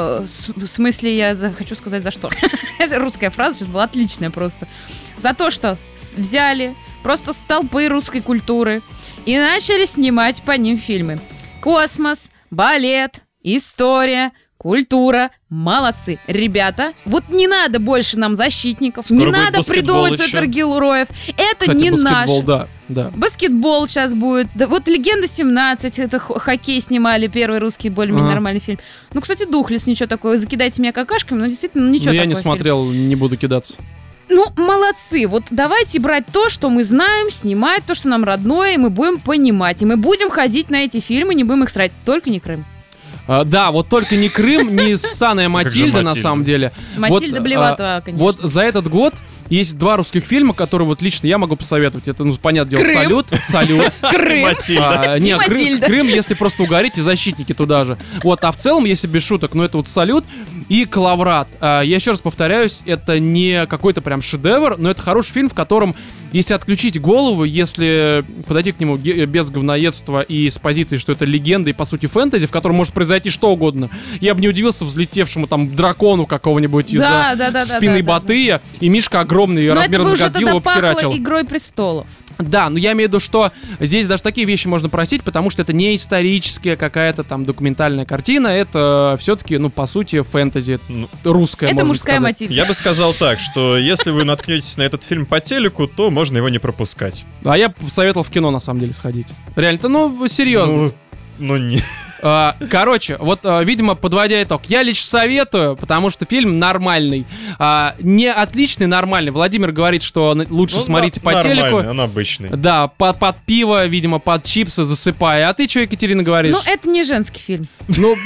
смысле, я хочу сказать, за что. Русская фраза сейчас была отличная просто. За то, что взяли просто столпы русской культуры и начали снимать по ним фильмы. Космос, балет, история, культура. Молодцы. Ребята, вот не надо больше нам защитников, Скоро не будет надо баскетбол придумывать еще. супергероев. Это Кстати, не баскетбол, наше. да. Баскетбол сейчас будет. Да, вот «Легенда 17», это хоккей снимали, первый русский более-менее Ага. нормальный фильм. Ну, кстати, «Духлес», ничего такое, закидайте меня какашками, но действительно, ничего Но я такой не фильм. смотрел, не буду кидаться. Ну, молодцы. Вот давайте брать то, что мы знаем, снимать то, что нам родное, и мы будем понимать. И мы будем ходить на эти фильмы, не будем их срать. Только не Крым. Да, вот только не Крым, не ссаная Матильда, на Матильда? самом деле. Матильда Вот, Блеватова, конечно. Вот за этот год есть 2 русских фильма, которые вот лично я могу посоветовать. Это, ну, понятное дело, Крым. «Салют». Крым. Матильда. Нет, И Матильда. Крым, если просто угореть, и «Защитники» туда же. Вот, а в целом, если без шуток, ну это вот «Салют» и «Калаврат». Я еще раз повторяюсь, это не какой-то прям шедевр, но это хороший фильм, в котором, если отключить голову, если подойти к нему без говноедства и с позиции, что это легенда и, по сути, фэнтези, в котором может произойти что угодно, я бы не удивился взлетевшему там дракону какого-нибудь Да, из-за спины Батыя, и Мишка огромный, Но это размером бы с уже Годзиллу тогда его похерачил. пахло «Игрой престолов». Да, но я имею в виду, что здесь даже такие вещи можно просить, потому что это не историческая какая-то там документальная картина, это все-таки, ну, по сути, фэнтези Ну, русская, Это можно мужская сказать. Матильда. Я бы сказал так, что если вы наткнетесь на этот фильм по телеку, то можно его не пропускать. А я бы советовал в кино, на самом деле, сходить. Реально-то, ну, серьезно. Ну не. Короче, вот, видимо, подводя итог, я лично советую, потому что фильм нормальный. Не отличный, нормальный. Владимир говорит, что лучше смотрите по телеку. Он обычный. Да, под пиво, видимо, под чипсы засыпая. А ты что, Екатерина, говоришь? Ну, это не женский фильм. Ну,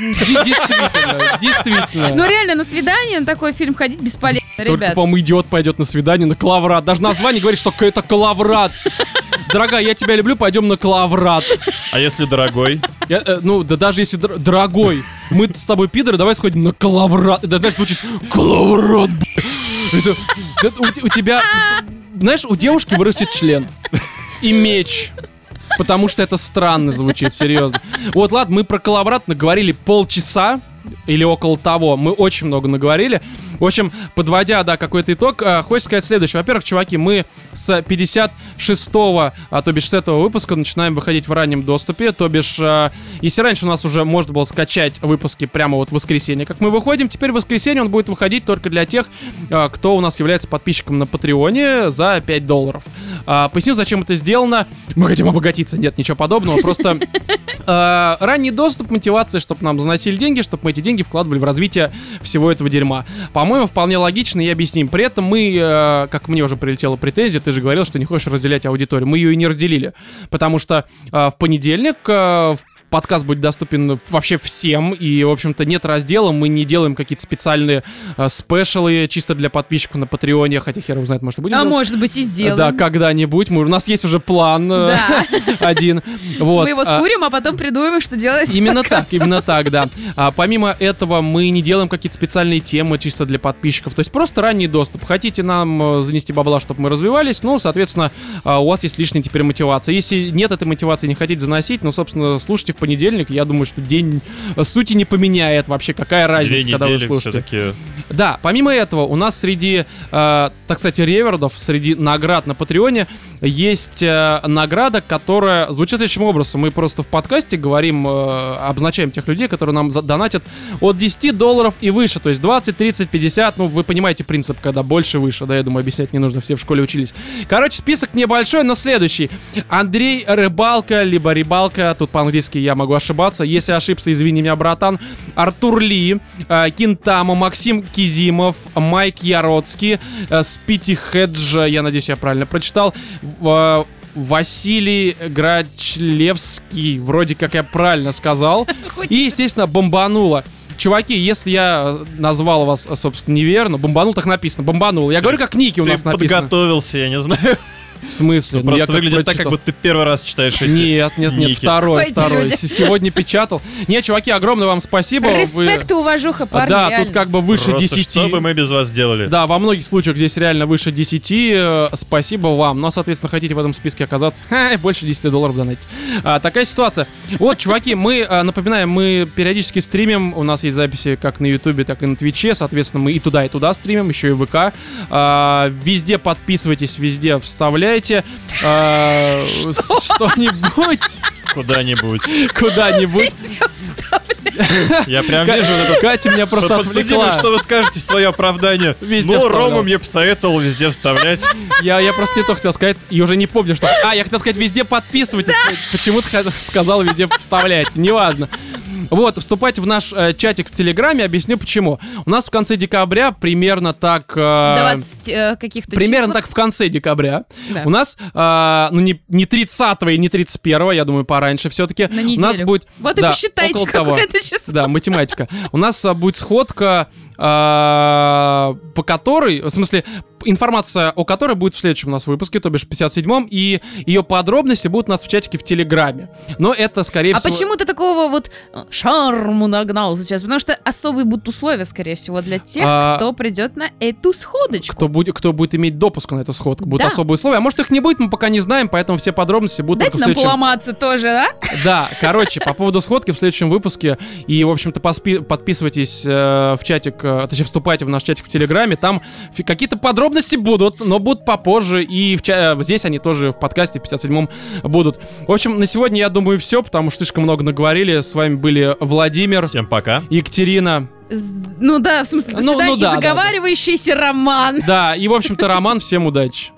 действительно. Ну, реально, на свидание на такой фильм ходить бесполезно, Только, ребят. по-моему, идиот пойдет на свидание на Калаврат. Даже название говорит, что это Калаврат. Дорогая, я тебя люблю, пойдем на Калаврат. А если дорогой? Ну, да даже если дорогой, мы с тобой пидоры, давай сходим на Калаврат. Это, знаешь, звучит Калаврат, у тебя, знаешь, у девушки вырастет член и меч. Потому что это странно звучит, серьезно. Вот, ладно, мы про Калаврат наговорили полчаса. Или около того. Мы очень много наговорили. В общем, подводя, да, какой-то итог, хочется сказать следующее. Во-первых, чуваки, мы с 56-го, то бишь с этого выпуска начинаем выходить в раннем доступе. То бишь, если раньше у нас уже можно было скачать выпуски прямо вот в воскресенье, как мы выходим, теперь в воскресенье он будет выходить только для тех, кто у нас является подписчиком на Патреоне за $5. Поясню, зачем это сделано. Мы хотим обогатиться. Нет, ничего подобного. Просто ранний доступ, мотивация, чтобы нам заносили деньги, чтобы мы эти деньги вкладывали в развитие всего этого дерьма. По-моему, вполне логично и объясним. При этом мы, как мне уже прилетела претензия, ты же говорил, что не хочешь разделять аудиторию. Мы ее и не разделили. Потому что в понедельник подкаст будет доступен вообще всем, и, в общем-то, нет раздела, мы не делаем какие-то специальные спешалы чисто для подписчиков на Патреоне, хотя хер его знает, может, и будем делать. Может быть, и сделаем. Да, когда-нибудь. У нас есть уже план один. Вот. Мы его скурим, а потом придумаем, что делать с Именно подкастом. так, да. Помимо этого, мы не делаем какие-то специальные темы чисто для подписчиков. То есть просто ранний доступ. Хотите нам занести бабла, чтобы мы развивались, ну, соответственно, у вас есть лишняя теперь мотивация. Если нет этой мотивации, не хотите заносить, ну, собственно, слушайте в понедельник. Я думаю, что день сути не поменяет вообще. Какая разница, когда вы слушаете. Все-таки. Да, помимо этого, у нас среди, так сказать, ревердов, среди наград на Патреоне есть награда, которая звучит следующим образом. Мы просто в подкасте говорим, обозначаем тех людей, которые нам донатят от $10 и выше. То есть 20, 30, 50. Ну, вы понимаете принцип, когда больше, выше. Да, я думаю, объяснять не нужно, все в школе учились. Короче, список небольшой, но следующий. Андрей Рыбалка, либо Рыбалка, тут по-английски я могу ошибаться. Если ошибся, извини меня, братан. Артур Ли, Кинтама, Максим Кизимов, Майк Яроцкий, Спити Хедж, я надеюсь, я правильно прочитал. Василий Грачлевский, вроде как я правильно сказал. И, естественно, бомбануло. Чуваки, если я назвал вас, собственно, неверно, бомбанул, так написано, бомбанул. Я говорю, как ники у нас написано. Ты подготовился, я не знаю. В смысле? Просто выглядит так, как будто ты первый раз читаешь эти Нет, второй. Сегодня печатал. Нет, чуваки, огромное вам спасибо. Респект и уважуха, парни, да, реально. тут как бы выше Просто 10. что бы мы без вас делали? Да, во многих случаях здесь реально выше 10. Спасибо вам. Но, соответственно, хотите в этом списке оказаться, больше $10 донатить. Такая ситуация. Вот, чуваки, мы, напоминаем, мы периодически стримим. У нас есть записи как на Ютубе, так и на Твиче. Соответственно, мы и туда стримим, еще и в ВК. Везде подписывайтесь, везде вставляйте. Что-нибудь. Куда-нибудь. Я прям вижу вот эту... Катя меня просто отвлекла. Что вы скажете в свое оправдание? Везде Рома мне посоветовал везде вставлять. Я просто не то хотел сказать, и уже не помню, что... я хотел сказать, везде подписывайтесь. Почему-то сказал, везде вставляйте. Неважно. Вот, вступайте в наш чатик в Телеграме, объясню почему. У нас в конце декабря примерно так... 20 каких-то примерно числах. так в конце декабря. Да. У нас, не 30 и не 31, я думаю, пораньше все-таки. На неделю. У нас будет... Вот и посчитайте, около какое того. это число. Да, математика. У нас будет сходка, по которой... В смысле, информация о которой будет в следующем у нас выпуске, то бишь 57-м, и ее подробности будут у нас в чатике в Телеграме. Но это, скорее всего... Почему ты такого вот шарму нагнал сейчас? Потому что особые будут условия, скорее всего, для тех, кто придет на эту сходочку. Кто будет иметь допуск на эту сходку. Будут Да. особые условия. А может, их не будет, мы пока не знаем, поэтому все подробности будут Дайте только в нам следующем... поломаться тоже, да? Да, короче, по поводу сходки в следующем выпуске. И, в общем-то, подписывайтесь в чатик, точнее, вступайте в наш чатик в Телеграме. Там какие-то подробности будут, но будут попозже. И здесь они тоже в подкасте в 57-м будут. В общем, на сегодня, я думаю, все, потому что слишком много наговорили. С вами были Владимир. Всем пока. Екатерина. Ну да, в смысле, до свидания. да, И заговаривающийся Роман. Да, и, в общем-то, Роман, всем удачи.